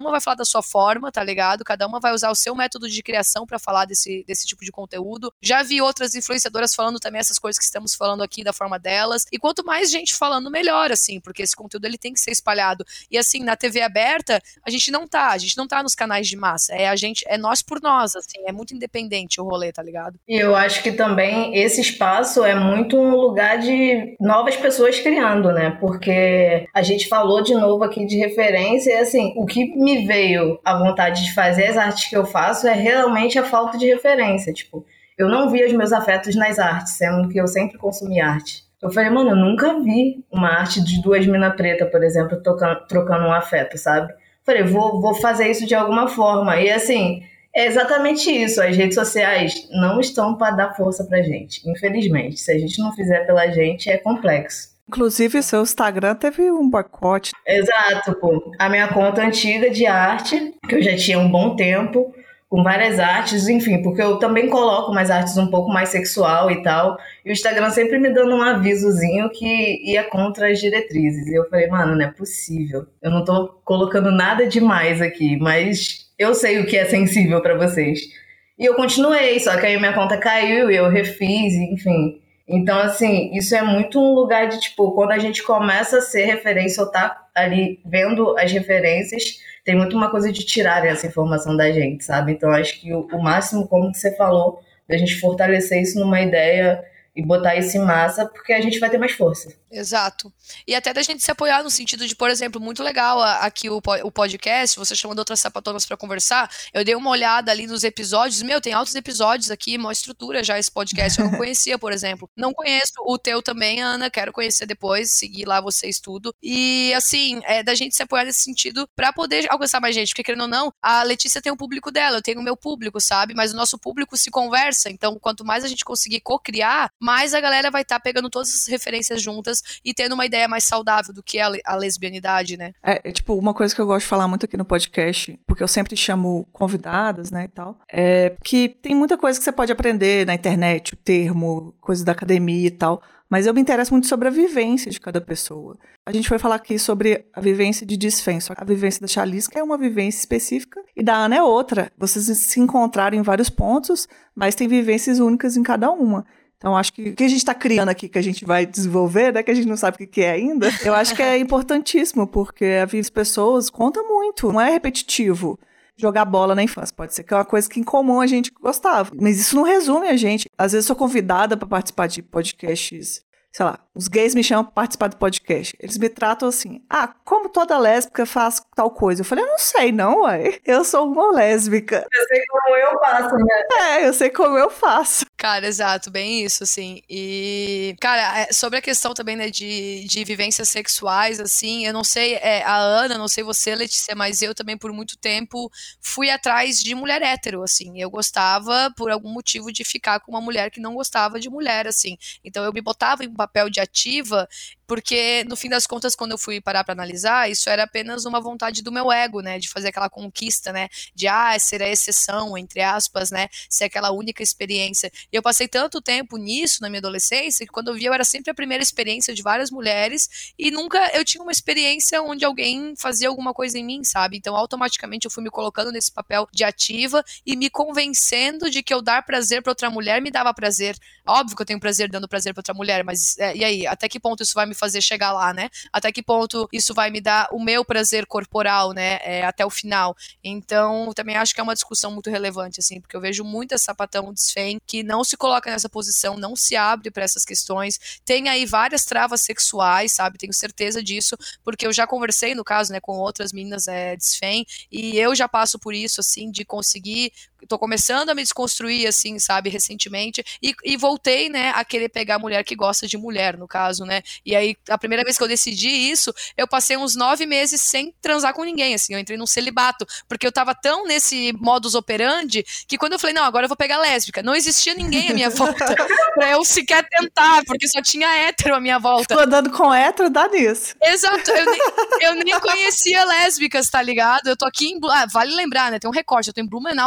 uma vai falar da sua forma, tá ligado? Cada uma vai usar o seu método de criação pra falar desse, desse tipo de conteúdo. Já vi outras influenciadoras falando também essas coisas que estamos falando aqui da forma delas. E quanto mais gente falando, melhor, assim, porque esse conteúdo ele tem que ser espalhado. E assim, na T V aberta, a gente não tá, a gente não tá nos canais de massa. É a gente, é nós por nós, assim, é muito independente o rolê, tá ligado? E eu acho que também esse espaço é muito um lugar de novas pessoas criando, né? Porque a gente falou de novo aqui de referência e assim, o que me veio à vontade de fazer as artes que eu faço é realmente a falta de referência. Tipo, eu não vi os meus afetos nas artes, sendo que eu sempre consumi arte. Eu falei, mano, eu nunca vi uma arte de duas minas pretas, por exemplo, tocando, trocando um afeto, sabe? Falei, vou, vou fazer isso de alguma forma. E assim, é exatamente isso. As redes sociais não estão para dar força pra gente, infelizmente. Se a gente não fizer pela gente, é complexo. Inclusive, seu Instagram teve um boicote. Exato, pô. A minha conta antiga de arte, que eu já tinha um bom tempo, com várias artes, enfim, porque eu também coloco umas artes um pouco mais sexual e tal, e o Instagram sempre me dando um avisozinho que ia contra as diretrizes, e eu falei, mano, não é possível, eu não tô colocando nada demais aqui, mas eu sei o que é sensível pra vocês. E eu continuei, só que aí minha conta caiu e eu refiz, enfim. Então, assim, isso é muito um lugar de, tipo, quando a gente começa a ser referência ou tá ali vendo as referências, tem muito uma coisa de tirar essa informação da gente, sabe? Então, acho que o, o máximo, como que você falou, da gente fortalecer isso numa ideia e botar isso em massa, porque a gente vai ter mais força. Exato. E até da gente se apoiar no sentido de, por exemplo, muito legal aqui o, o podcast, você chamando outras sapatonas pra conversar, eu dei uma olhada ali nos episódios, meu, tem altos episódios aqui, uma estrutura já esse podcast, eu não conhecia, por exemplo. Não conheço o teu também, Ana, quero conhecer depois, seguir lá vocês tudo. E, assim, é da gente se apoiar nesse sentido pra poder alcançar mais gente, porque querendo ou não, a Letícia tem o público dela, eu tenho o meu público, sabe? Mas o nosso público se conversa, então quanto mais a gente conseguir co-criar, mais a galera vai estar tá pegando todas as referências juntas e tendo uma ideia mais saudável do que é a lesbianidade, né? É, é, tipo, uma coisa que eu gosto de falar muito aqui no podcast, porque eu sempre chamo convidadas, né, e tal, é que tem muita coisa que você pode aprender na internet, o termo, coisas da academia e tal, mas eu me interesso muito sobre a vivência de cada pessoa. A gente vai falar aqui sobre a vivência de Desfém, só que a vivência da Chalisca é uma vivência específica e da Ana é outra. Vocês se encontraram em vários pontos, mas tem vivências únicas em cada uma. Então, acho que o que a gente está criando aqui, que a gente vai desenvolver, né, que a gente não sabe o que é ainda, eu acho que é importantíssimo, porque a vida das pessoas conta muito, não é repetitivo. Jogar bola na infância, pode ser que é uma coisa que em comum a gente gostava, mas isso não resume a gente. Às vezes eu sou convidada para participar de podcasts, sei lá, os gays me chamam para participar do podcast. Eles me tratam assim, ah, como toda lésbica faz tal coisa. Eu falei, eu não sei não, ué. Eu sou uma lésbica. Eu sei como eu faço, né? É, eu sei como eu faço. Cara, exato, bem isso, assim. E, cara, sobre a questão também, né, de, de vivências sexuais, assim, eu não sei, é, a Ana, não sei você, Letícia, mas eu também por muito tempo fui atrás de mulher hétero, assim. Eu gostava, por algum motivo, de ficar com uma mulher que não gostava de mulher, assim. Então eu me botava em um papel de ativa, porque no fim das contas, quando eu fui parar pra analisar, isso era apenas uma vontade do meu ego, né, de fazer aquela conquista, né, de, ah, ser a exceção, entre aspas, né, ser aquela única experiência. E eu passei tanto tempo nisso na minha adolescência, que quando eu via eu era sempre a primeira experiência de várias mulheres, e nunca eu tinha uma experiência onde alguém fazia alguma coisa em mim, sabe? Então, automaticamente eu fui me colocando nesse papel de ativa e me convencendo de que eu dar prazer pra outra mulher me dava prazer. Óbvio que eu tenho prazer dando prazer pra outra mulher, mas é, e aí? Até que ponto isso vai me fazer chegar lá, né? Até que ponto isso vai me dar o meu prazer corporal, né? É, até o final. Então, também acho que é uma discussão muito relevante, assim, porque eu vejo muita sapatão desfém que não se coloca nessa posição, não se abre para essas questões. Tem aí várias travas sexuais, sabe? Tenho certeza disso, porque eu já conversei, no caso, né, com outras meninas é, desfém, e eu já passo por isso, assim, de conseguir. Tô começando a me desconstruir, assim, sabe, recentemente, e, e voltei, né, a querer pegar a mulher que gosta de mulher, no caso, né, e aí, a primeira vez que eu decidi isso, eu passei uns nove meses sem transar com ninguém, assim, eu entrei num celibato, porque eu tava tão nesse modus operandi, que quando eu falei, não, agora eu vou pegar lésbica, não existia ninguém à minha volta, pra eu sequer tentar, porque só tinha hétero à minha volta. Ficou andando com hétero, dá nisso. Exato, eu nem, eu nem conhecia lésbicas, tá ligado, eu tô aqui em, ah, vale lembrar, né, tem um recorte, eu tô em Blumenau, Santa Catarina,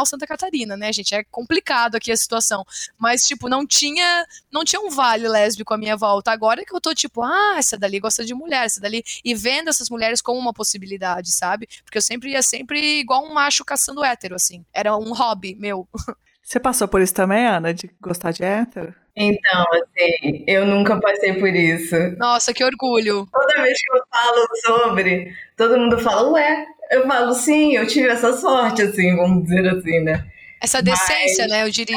Catarina, né, gente? É complicado aqui a situação. Mas, tipo, não tinha, não tinha um vale lésbico à minha volta. Agora que eu tô, tipo, ah, essa dali gosta de mulher, essa dali... E vendo essas mulheres como uma possibilidade, sabe? Porque eu sempre ia sempre igual um macho caçando hétero, assim. Era um hobby meu. Você passou por isso também, Ana, de gostar de hétero? Então, assim, eu nunca passei por isso. Nossa, que orgulho. Toda vez que eu falo sobre, todo mundo fala, ué, eu falo, sim, eu tive essa sorte, assim, vamos dizer assim, né? Essa decência, Mas... né, eu diria.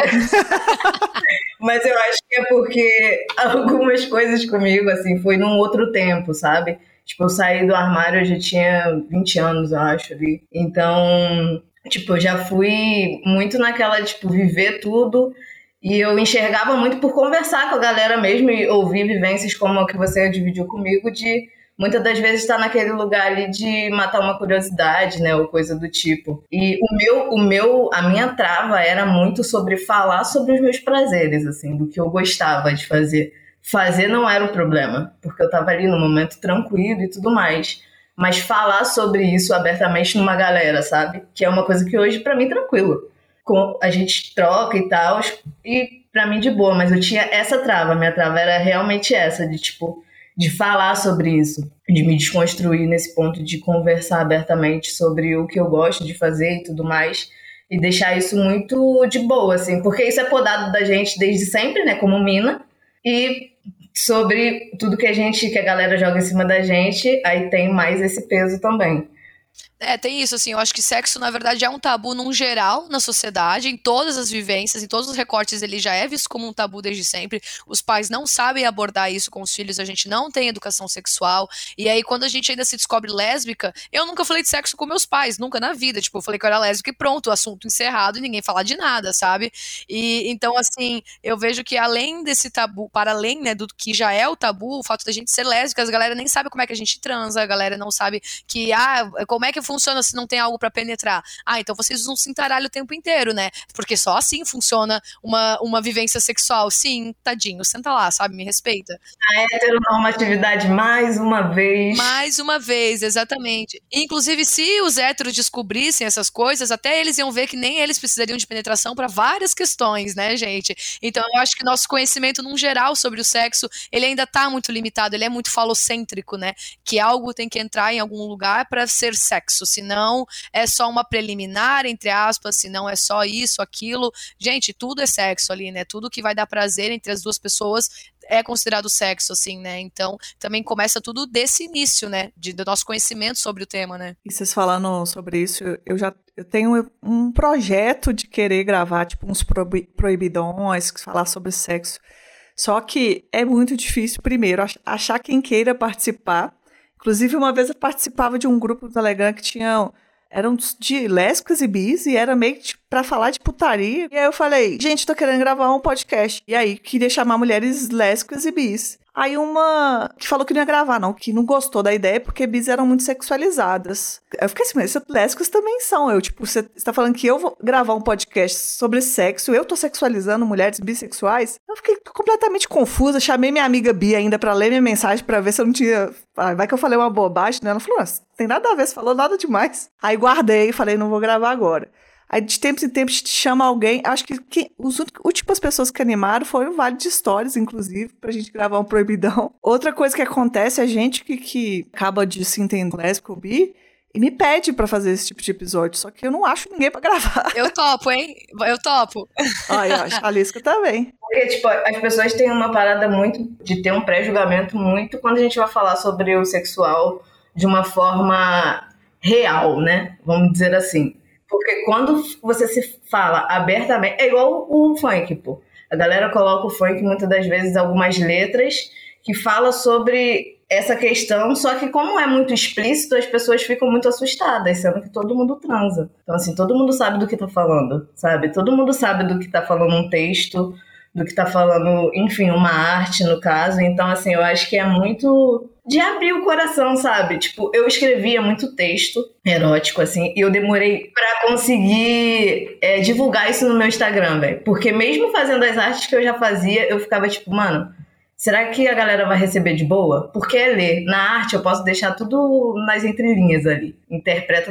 Mas eu acho que é porque algumas coisas comigo, assim, foi num outro tempo, sabe? Tipo, eu saí do armário, eu já tinha vinte anos, eu acho, ali. Então... Tipo, eu já fui muito naquela, tipo, viver tudo, e eu enxergava muito por conversar com a galera mesmo e ouvir vivências como a que você dividiu comigo, de muitas das vezes estar naquele lugar ali de matar uma curiosidade, né, ou coisa do tipo. E o meu, o meu, a minha trava era muito sobre falar sobre os meus prazeres, assim, do que eu gostava de fazer. Fazer não era o problema, porque eu tava ali no momento tranquilo e tudo mais. Mas falar sobre isso abertamente numa galera, sabe? Que é uma coisa que hoje, pra mim, tranquilo. Com, a gente troca e tal, e pra mim de boa, mas eu tinha essa trava. Minha trava era realmente essa, de tipo, de falar sobre isso, de me desconstruir nesse ponto de conversar abertamente sobre o que eu gosto de fazer e tudo mais, e deixar isso muito de boa, assim, porque isso é podado da gente desde sempre, né, como mina, e... sobre tudo que a gente, que a galera joga em cima da gente, aí tem mais esse peso também. É, tem isso, assim, eu acho que sexo, na verdade, é um tabu num geral na sociedade, em todas as vivências, em todos os recortes, ele já é visto como um tabu desde sempre. Os pais não sabem abordar isso com os filhos, a gente não tem educação sexual, e aí quando a gente ainda se descobre lésbica, eu nunca falei de sexo com meus pais, nunca na vida, tipo, eu falei que eu era lésbica e pronto, assunto encerrado e ninguém falar de nada, sabe? E então, assim, eu vejo que além desse tabu, para além, né, do que já é o tabu, o fato da gente ser lésbica, a galera nem sabe como é que a gente transa, a galera não sabe que, ah, como é que funciona se não tem algo pra penetrar? Ah, então vocês usam cintaralho o tempo inteiro, né? Porque só assim funciona uma, uma vivência sexual. Sim, tadinho, senta lá, sabe? Me respeita. A heteronormatividade mais uma vez. Mais uma vez, exatamente. Inclusive, se os héteros descobrissem essas coisas, até eles iam ver que nem eles precisariam de penetração para várias questões, né, gente? Então eu acho que nosso conhecimento, num geral, sobre o sexo, ele ainda tá muito limitado, ele é muito falocêntrico, né? Que algo tem que entrar em algum lugar para ser sexo. Senão é só uma preliminar, entre aspas, senão é só isso, aquilo. Gente, tudo é sexo ali, né? Tudo que vai dar prazer entre as duas pessoas é considerado sexo, assim, né? Então, também começa tudo desse início, né? De, do nosso conhecimento sobre o tema, né? E vocês falando sobre isso, eu já eu tenho um projeto de querer gravar, tipo, uns proibidões, falar sobre sexo. Só que é muito difícil, primeiro, achar quem queira participar. Inclusive, uma vez eu participava de um grupo do Telegram que tinha, eram de lésbicas e bis, e era meio que tipo, pra falar de putaria. E aí eu falei, gente, tô querendo gravar um podcast. E aí, queria chamar mulheres lésbicas e bis. Aí uma que falou que não ia gravar, não, que não gostou da ideia porque bis eram muito sexualizadas. Eu fiquei assim, mas lésbicas também são. Eu, tipo, você tá falando que eu vou gravar um podcast sobre sexo, eu tô sexualizando mulheres bissexuais? Eu fiquei completamente confusa, chamei minha amiga Bia ainda pra ler minha mensagem pra ver se eu não tinha... Ah, vai que eu falei uma bobagem, né? Ela falou, não tem nada a ver, você falou nada demais. Aí guardei e falei, não vou gravar agora. Aí, de tempos em tempos, te chama alguém. Acho que, que as últimas pessoas que animaram foram o Vale de Stories, inclusive, pra gente gravar um proibidão. Outra coisa que acontece é a gente que, que acaba de se entender lésbico ou bi e me pede pra fazer esse tipo de episódio. Só que eu não acho ninguém pra gravar. Eu topo, hein? Eu topo. Ah, eu acho. A Lisca também. Porque, tipo, as pessoas têm uma parada muito de ter um pré-julgamento muito quando a gente vai falar sobre o sexual de uma forma real, né? Vamos dizer assim. Porque quando você se fala abertamente... É igual o funk, pô. A galera coloca o funk, muitas das vezes, algumas letras que falam sobre essa questão, só que como é muito explícito, as pessoas ficam muito assustadas, sendo que todo mundo transa. Então, assim, todo mundo sabe do que tá falando, sabe? Todo mundo sabe do que tá falando um texto, do que tá falando, enfim, uma arte, no caso. Então, assim, eu acho que é muito... de abrir o coração, sabe? Tipo, eu escrevia muito texto erótico, assim, e eu demorei pra conseguir é, divulgar isso no meu Instagram, velho. Porque mesmo fazendo as artes que eu já fazia, eu ficava tipo, mano, será que a galera vai receber de boa? Porque é ler. Na arte eu posso deixar tudo nas entrelinhas ali. Interpreta da forma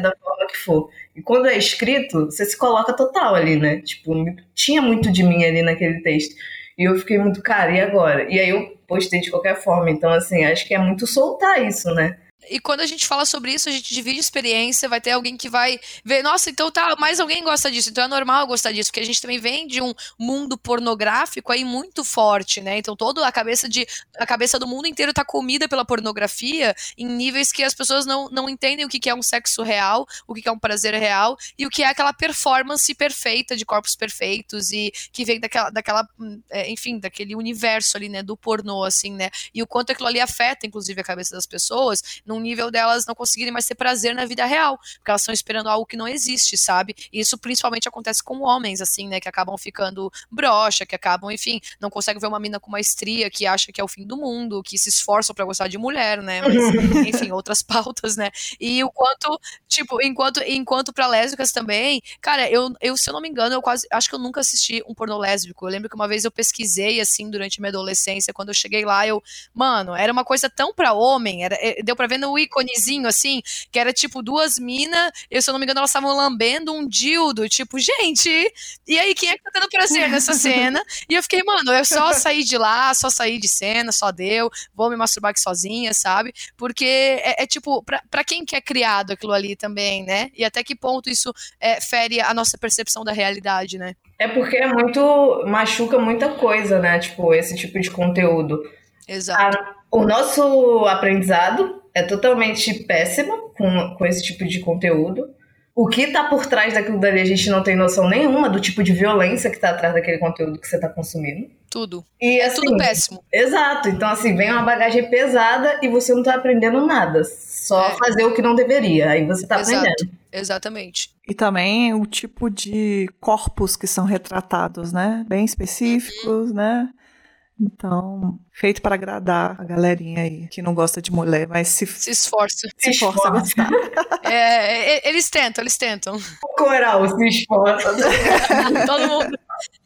forma que for. E quando é escrito, você se coloca total ali, né? Tipo, tinha muito de mim ali naquele texto. E eu fiquei muito, cara, e agora? E aí eu postei de qualquer forma. Então, assim, acho que é muito soltar isso, né? E quando a gente fala sobre isso, a gente divide experiência, vai ter alguém que vai ver, nossa, então tá, mais alguém gosta disso, então é normal gostar disso, porque a gente também vem de um mundo pornográfico aí muito forte, né? Então toda a cabeça de a cabeça do mundo inteiro tá comida pela pornografia em níveis que as pessoas não, não entendem o que, que é um sexo real, o que, que é um prazer real e o que é aquela performance perfeita de corpos perfeitos e que vem daquela, daquela enfim, daquele universo ali, né, do pornô, assim, né? E o quanto aquilo ali afeta, inclusive, a cabeça das pessoas, num nível delas não conseguirem mais ter prazer na vida real, porque elas estão esperando algo que não existe, sabe? E isso principalmente acontece com homens, assim, né, que acabam ficando broxa, que acabam, enfim, não conseguem ver uma mina com uma estria, que acha que é o fim do mundo, que se esforçam pra gostar de mulher, né, mas, enfim, outras pautas, né, e o quanto, tipo, enquanto, enquanto pra lésbicas também, cara, eu, eu, se eu não me engano, eu quase, acho que eu nunca assisti um pornô lésbico, eu lembro que uma vez eu pesquisei, assim, durante minha adolescência, quando eu cheguei lá, eu, mano, era uma coisa tão pra homem, era, deu pra ver no íconezinho, assim, que era tipo duas minas, eu, se eu não me engano, elas estavam lambendo um dildo, tipo, gente, e aí, quem é que tá tendo prazer nessa cena? E eu fiquei, mano, eu só saí de lá, só saí de cena, só deu, vou me masturbar aqui sozinha, sabe? Porque é, é tipo, pra, pra quem que é criado aquilo ali também, né? E até que ponto isso é, fere a nossa percepção da realidade, né? É porque é muito, machuca muita coisa, né? Tipo, esse tipo de conteúdo. Exato. A, o nosso aprendizado é totalmente péssimo com, com esse tipo de conteúdo. O que tá por trás daquilo dali a gente não tem noção nenhuma do tipo de violência que tá atrás daquele conteúdo que você tá consumindo. Tudo. E, é assim, tudo péssimo. Exato. Então, assim, vem uma bagagem pesada e você não tá aprendendo nada. Só é. fazer o que não deveria. Aí você tá Exato. aprendendo. Exatamente. E também o tipo de corpos que são retratados, né? Bem específicos, uhum. né? Então, feito para agradar a galerinha aí, que não gosta de mulher, mas se, se esforça. Se esforça a gostar. É, eles tentam, eles tentam. O coral se esforça. Todo mundo.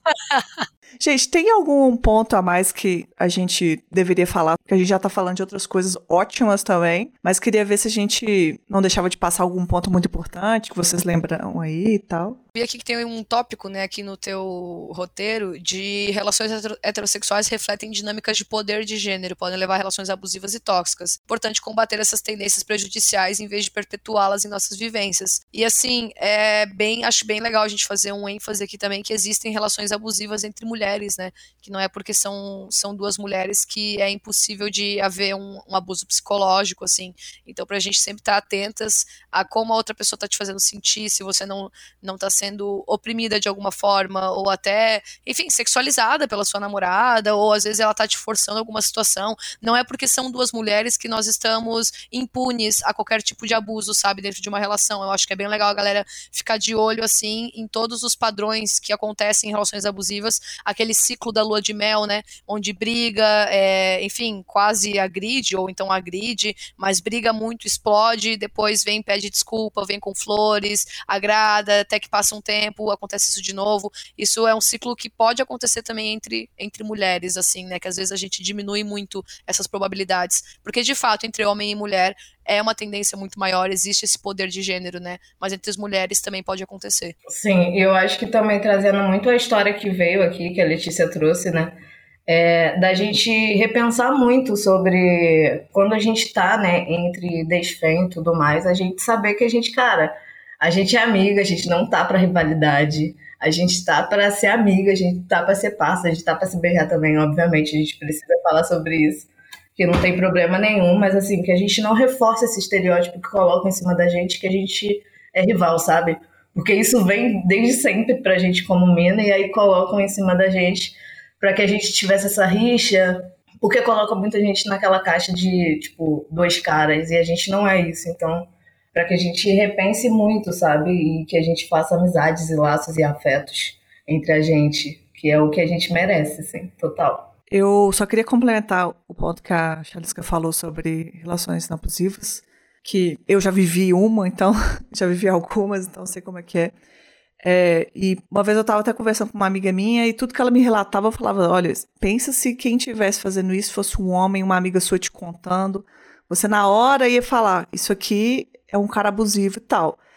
Gente, tem algum ponto a mais que a gente deveria falar? Porque a gente já tá falando de outras coisas ótimas também, mas queria ver se a gente não deixava de passar algum ponto muito importante que vocês lembram aí e tal. Vi aqui que tem um tópico, né, aqui no teu roteiro, de relações heterossexuais refletem dinâmicas de poder de gênero, podem levar a relações abusivas e tóxicas. Importante combater essas tendências prejudiciais em vez de perpetuá-las em nossas vivências. E assim, é bem, acho bem legal a gente fazer um ênfase aqui também que existem relações abusivas entre mulheres, né, que não é porque são, são duas mulheres que é impossível de haver um, um abuso psicológico, assim. Então, pra gente sempre estar atentas a como a outra pessoa tá te fazendo sentir, se você não, não tá sendo oprimida de alguma forma, ou até, enfim, sexualizada pela sua namorada, ou às vezes ela tá te forçando alguma situação. Não é porque são duas mulheres que nós estamos impunes a qualquer tipo de abuso, sabe, dentro de uma relação. Eu acho que é bem legal a galera ficar de olho, assim, em todos os padrões que acontecem em relações abusivas, aquele ciclo da lua de mel, né, onde briga, é, enfim, quase agride, ou então agride, mas briga muito, explode, depois vem, pede desculpa, vem com flores, agrada, até que passa um tempo, acontece isso de novo. Isso é um ciclo que pode acontecer também entre, entre mulheres, assim, né, que às vezes a gente diminui muito essas probabilidades, porque de fato, entre homem e mulher, é uma tendência muito maior, existe esse poder de gênero, né, mas entre as mulheres também pode acontecer. Sim, e eu acho que também trazendo muito a história que veio aqui, que a Letícia trouxe, né, é, da gente repensar muito sobre quando a gente tá, né, entre desfém e tudo mais, a gente saber que a gente, cara, a gente é amiga, a gente não tá pra rivalidade, a gente tá pra ser amiga, a gente tá pra ser parça, a gente tá pra se beijar também, obviamente, a gente precisa falar sobre isso, que não tem problema nenhum, mas assim, que a gente não reforce esse estereótipo que coloca em cima da gente, que a gente é rival, sabe? Porque isso vem desde sempre pra gente como mina, e aí colocam em cima da gente pra que a gente tivesse essa rixa, porque colocam muita gente naquela caixa de, tipo, dois caras, e a gente não é isso, então... para que a gente repense muito, sabe? E que a gente faça amizades e laços e afetos entre a gente, que é o que a gente merece, assim, total. Eu só queria complementar o ponto que a Chalisca falou sobre relações não abusivas, que eu já vivi uma, então, já vivi algumas, então sei como é que é. É, e uma vez eu estava até conversando com uma amiga minha e tudo que ela me relatava, eu falava, olha, pensa se quem estivesse fazendo isso fosse um homem, uma amiga sua te contando, você na hora ia falar, isso aqui é um cara abusivo e tal.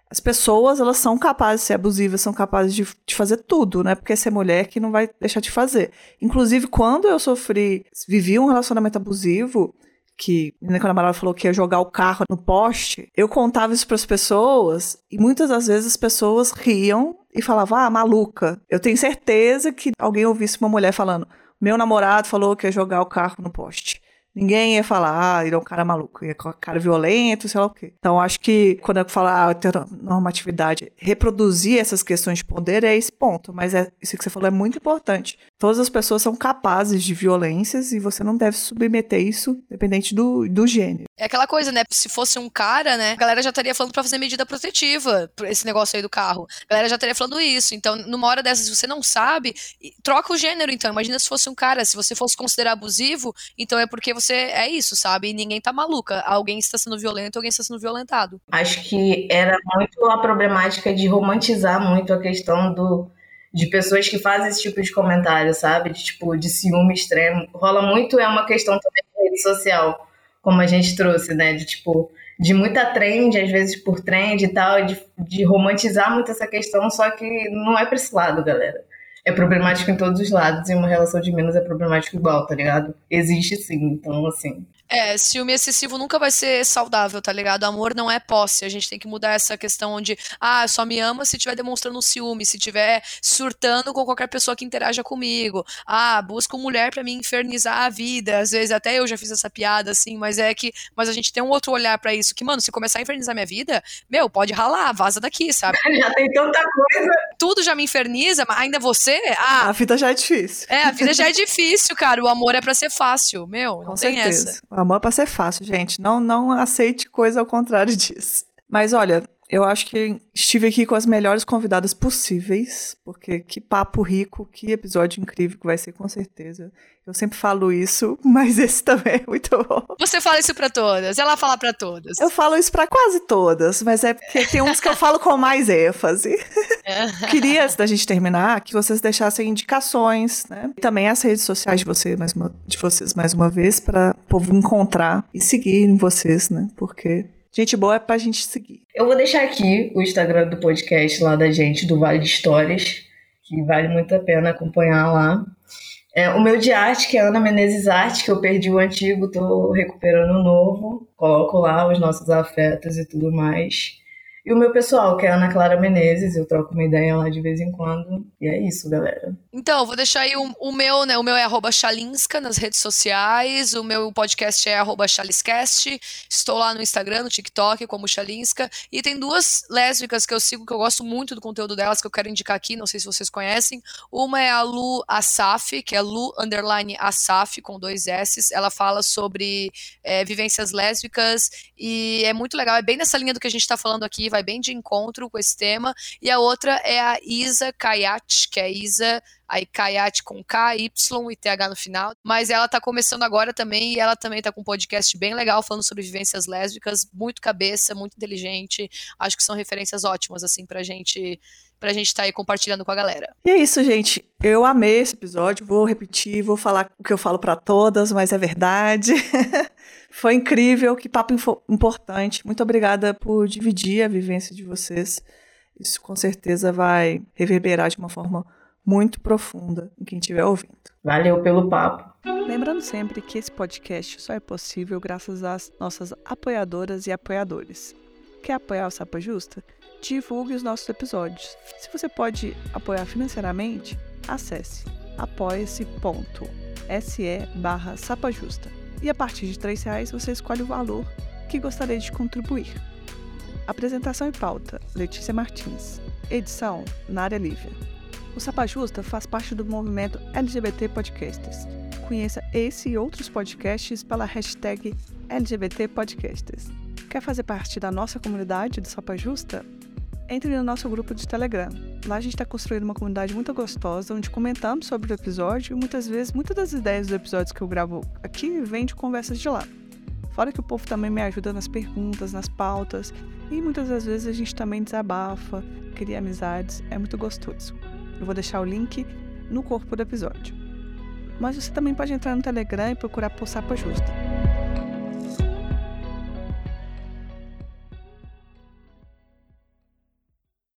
as pessoas, elas são capazes de ser abusivas, são capazes de, de fazer tudo, né? Porque ser mulher que não vai deixar de fazer. Inclusive, quando eu sofri, vivi um relacionamento abusivo, que a minha namorada falou que ia jogar o carro no poste, eu contava isso para as pessoas e muitas das vezes as pessoas riam e falavam, ah, maluca. Eu tenho certeza que alguém ouvisse uma mulher falando, meu namorado falou que ia jogar o carro no poste. Ninguém ia falar, ah, ele é um cara maluco, ele é um cara violento, sei lá o quê. Então, acho que quando eu falo ah, heteronormatividade, reproduzir essas questões de poder é esse ponto. Mas é, isso que você falou é muito importante. Todas as pessoas são capazes de violências e você não deve submeter isso, dependente do, do gênero. É aquela coisa, né? Se fosse um cara, né? A galera já estaria falando pra fazer medida protetiva, esse negócio aí do carro. A galera já estaria falando isso. Então, numa hora dessas, se você não sabe, troca o gênero, então. Imagina se fosse um cara, se você fosse considerar abusivo, então é porque você é isso, sabe? E ninguém tá maluca. Alguém está sendo violento, alguém está sendo violentado. Acho que era muito a problemática de romantizar muito a questão do, de pessoas que fazem esse tipo de comentário, sabe? De, tipo, de ciúme extremo. Rola muito, é uma questão também de rede social, como a gente trouxe, né? De, tipo, de muita trend, às vezes por trend e tal, de, de romantizar muito essa questão, só que não é pra esse lado, galera. É problemático em todos os lados e uma relação de menos é problemático igual, tá ligado? Existe sim, então assim... É, ciúme excessivo nunca vai ser saudável, tá ligado? Amor não é posse, a gente tem que mudar essa questão onde, ah, só me ama se estiver demonstrando ciúme, se estiver surtando com qualquer pessoa que interaja comigo, ah, busco mulher pra me infernizar a vida, às vezes até eu já fiz essa piada, assim, mas é que, mas a gente tem um outro olhar pra isso, que, mano, se começar a infernizar minha vida, meu, pode ralar, vaza daqui, sabe? Já tem tanta coisa. Tudo já me inferniza, mas ainda você, ah... A vida já é difícil. É, a vida já é difícil, cara, o amor é pra ser fácil, meu, não Com tem certeza. essa. O amor é pra ser fácil, gente. Não, não aceite coisa ao contrário disso. Mas olha, eu acho que estive aqui com as melhores convidadas possíveis, porque que papo rico, que episódio incrível que vai ser, com certeza. Eu sempre falo isso, mas esse também é muito bom. Você fala isso pra todas, ela fala pra todas. Eu falo isso pra quase todas, mas é porque tem uns que eu falo com mais ênfase. Queria, antes da gente terminar, que vocês deixassem indicações, né? E também as redes sociais de, você, mais uma, de vocês mais uma vez, para o povo encontrar e seguir em vocês, né? Porque gente boa é pra gente seguir. Eu vou deixar aqui o Instagram do podcast lá da gente, do Vale de Histórias, que vale muito a pena acompanhar lá. É, o meu de arte, que é Ana Menezes Arte, que eu perdi o antigo, tô recuperando o novo. Coloco lá os nossos afetos e tudo mais. E o meu pessoal, que é Ana Clara Menezes, eu troco uma ideia lá de vez em quando. E é isso, galera. Então, vou deixar aí o, o meu, né? O meu é arroba Chalinska nas redes sociais. O meu podcast é arroba Chaliscast. Estou lá no Instagram, no TikTok, como Chalinska. E tem duas lésbicas que eu sigo, que eu gosto muito do conteúdo delas, que eu quero indicar aqui, não sei se vocês conhecem. Uma é a Lu Asaf, que é Lu underline Asaf, com dois S's. Ela fala sobre é, vivências lésbicas e é muito legal. É bem nessa linha do que a gente está falando aqui, vai bem de encontro com esse tema. E a outra é a Isa Kayat, que é Isa, aí Kayat com K, Y e T H no final. Mas ela tá começando agora também, e ela também tá com um podcast bem legal, falando sobre vivências lésbicas, muito cabeça, muito inteligente. Acho que são referências ótimas, assim, pra gente... pra gente estar tá aí compartilhando com a galera. E é isso, gente. Eu amei esse episódio, vou repetir, vou falar o que eu falo pra todas, mas é verdade. Foi incrível, que papo importante. Muito obrigada por dividir a vivência de vocês. Isso com certeza vai reverberar de uma forma muito profunda em quem estiver ouvindo. Valeu pelo papo. Lembrando sempre que esse podcast só é possível graças às nossas apoiadoras e apoiadores. Quer apoiar o Sapa Justa? Divulgue os nossos episódios. Se você pode apoiar financeiramente, acesse apoia-se ponto se barra sapajusta. E a partir de três reais você escolhe o valor que gostaria de contribuir. Apresentação e pauta, Letícia Martins. Edição, Nária Lívia. O Sapa Justa faz parte do movimento L G B T Podcasters. Conheça esse e outros podcasts pela hashtag L G B T Podcasters. Quer fazer parte da nossa comunidade do Sapa Justa? Entre no nosso grupo de Telegram. Lá a gente está construindo uma comunidade muito gostosa, onde comentamos sobre o episódio e muitas vezes, muitas das ideias dos episódios que eu gravo aqui vêm de conversas de lá. Fora que o povo também me ajuda nas perguntas, nas pautas, e muitas das vezes a gente também desabafa, cria amizades, é muito gostoso. Eu vou deixar o link no corpo do episódio. Mas você também pode entrar no Telegram e procurar por Sapa Justa.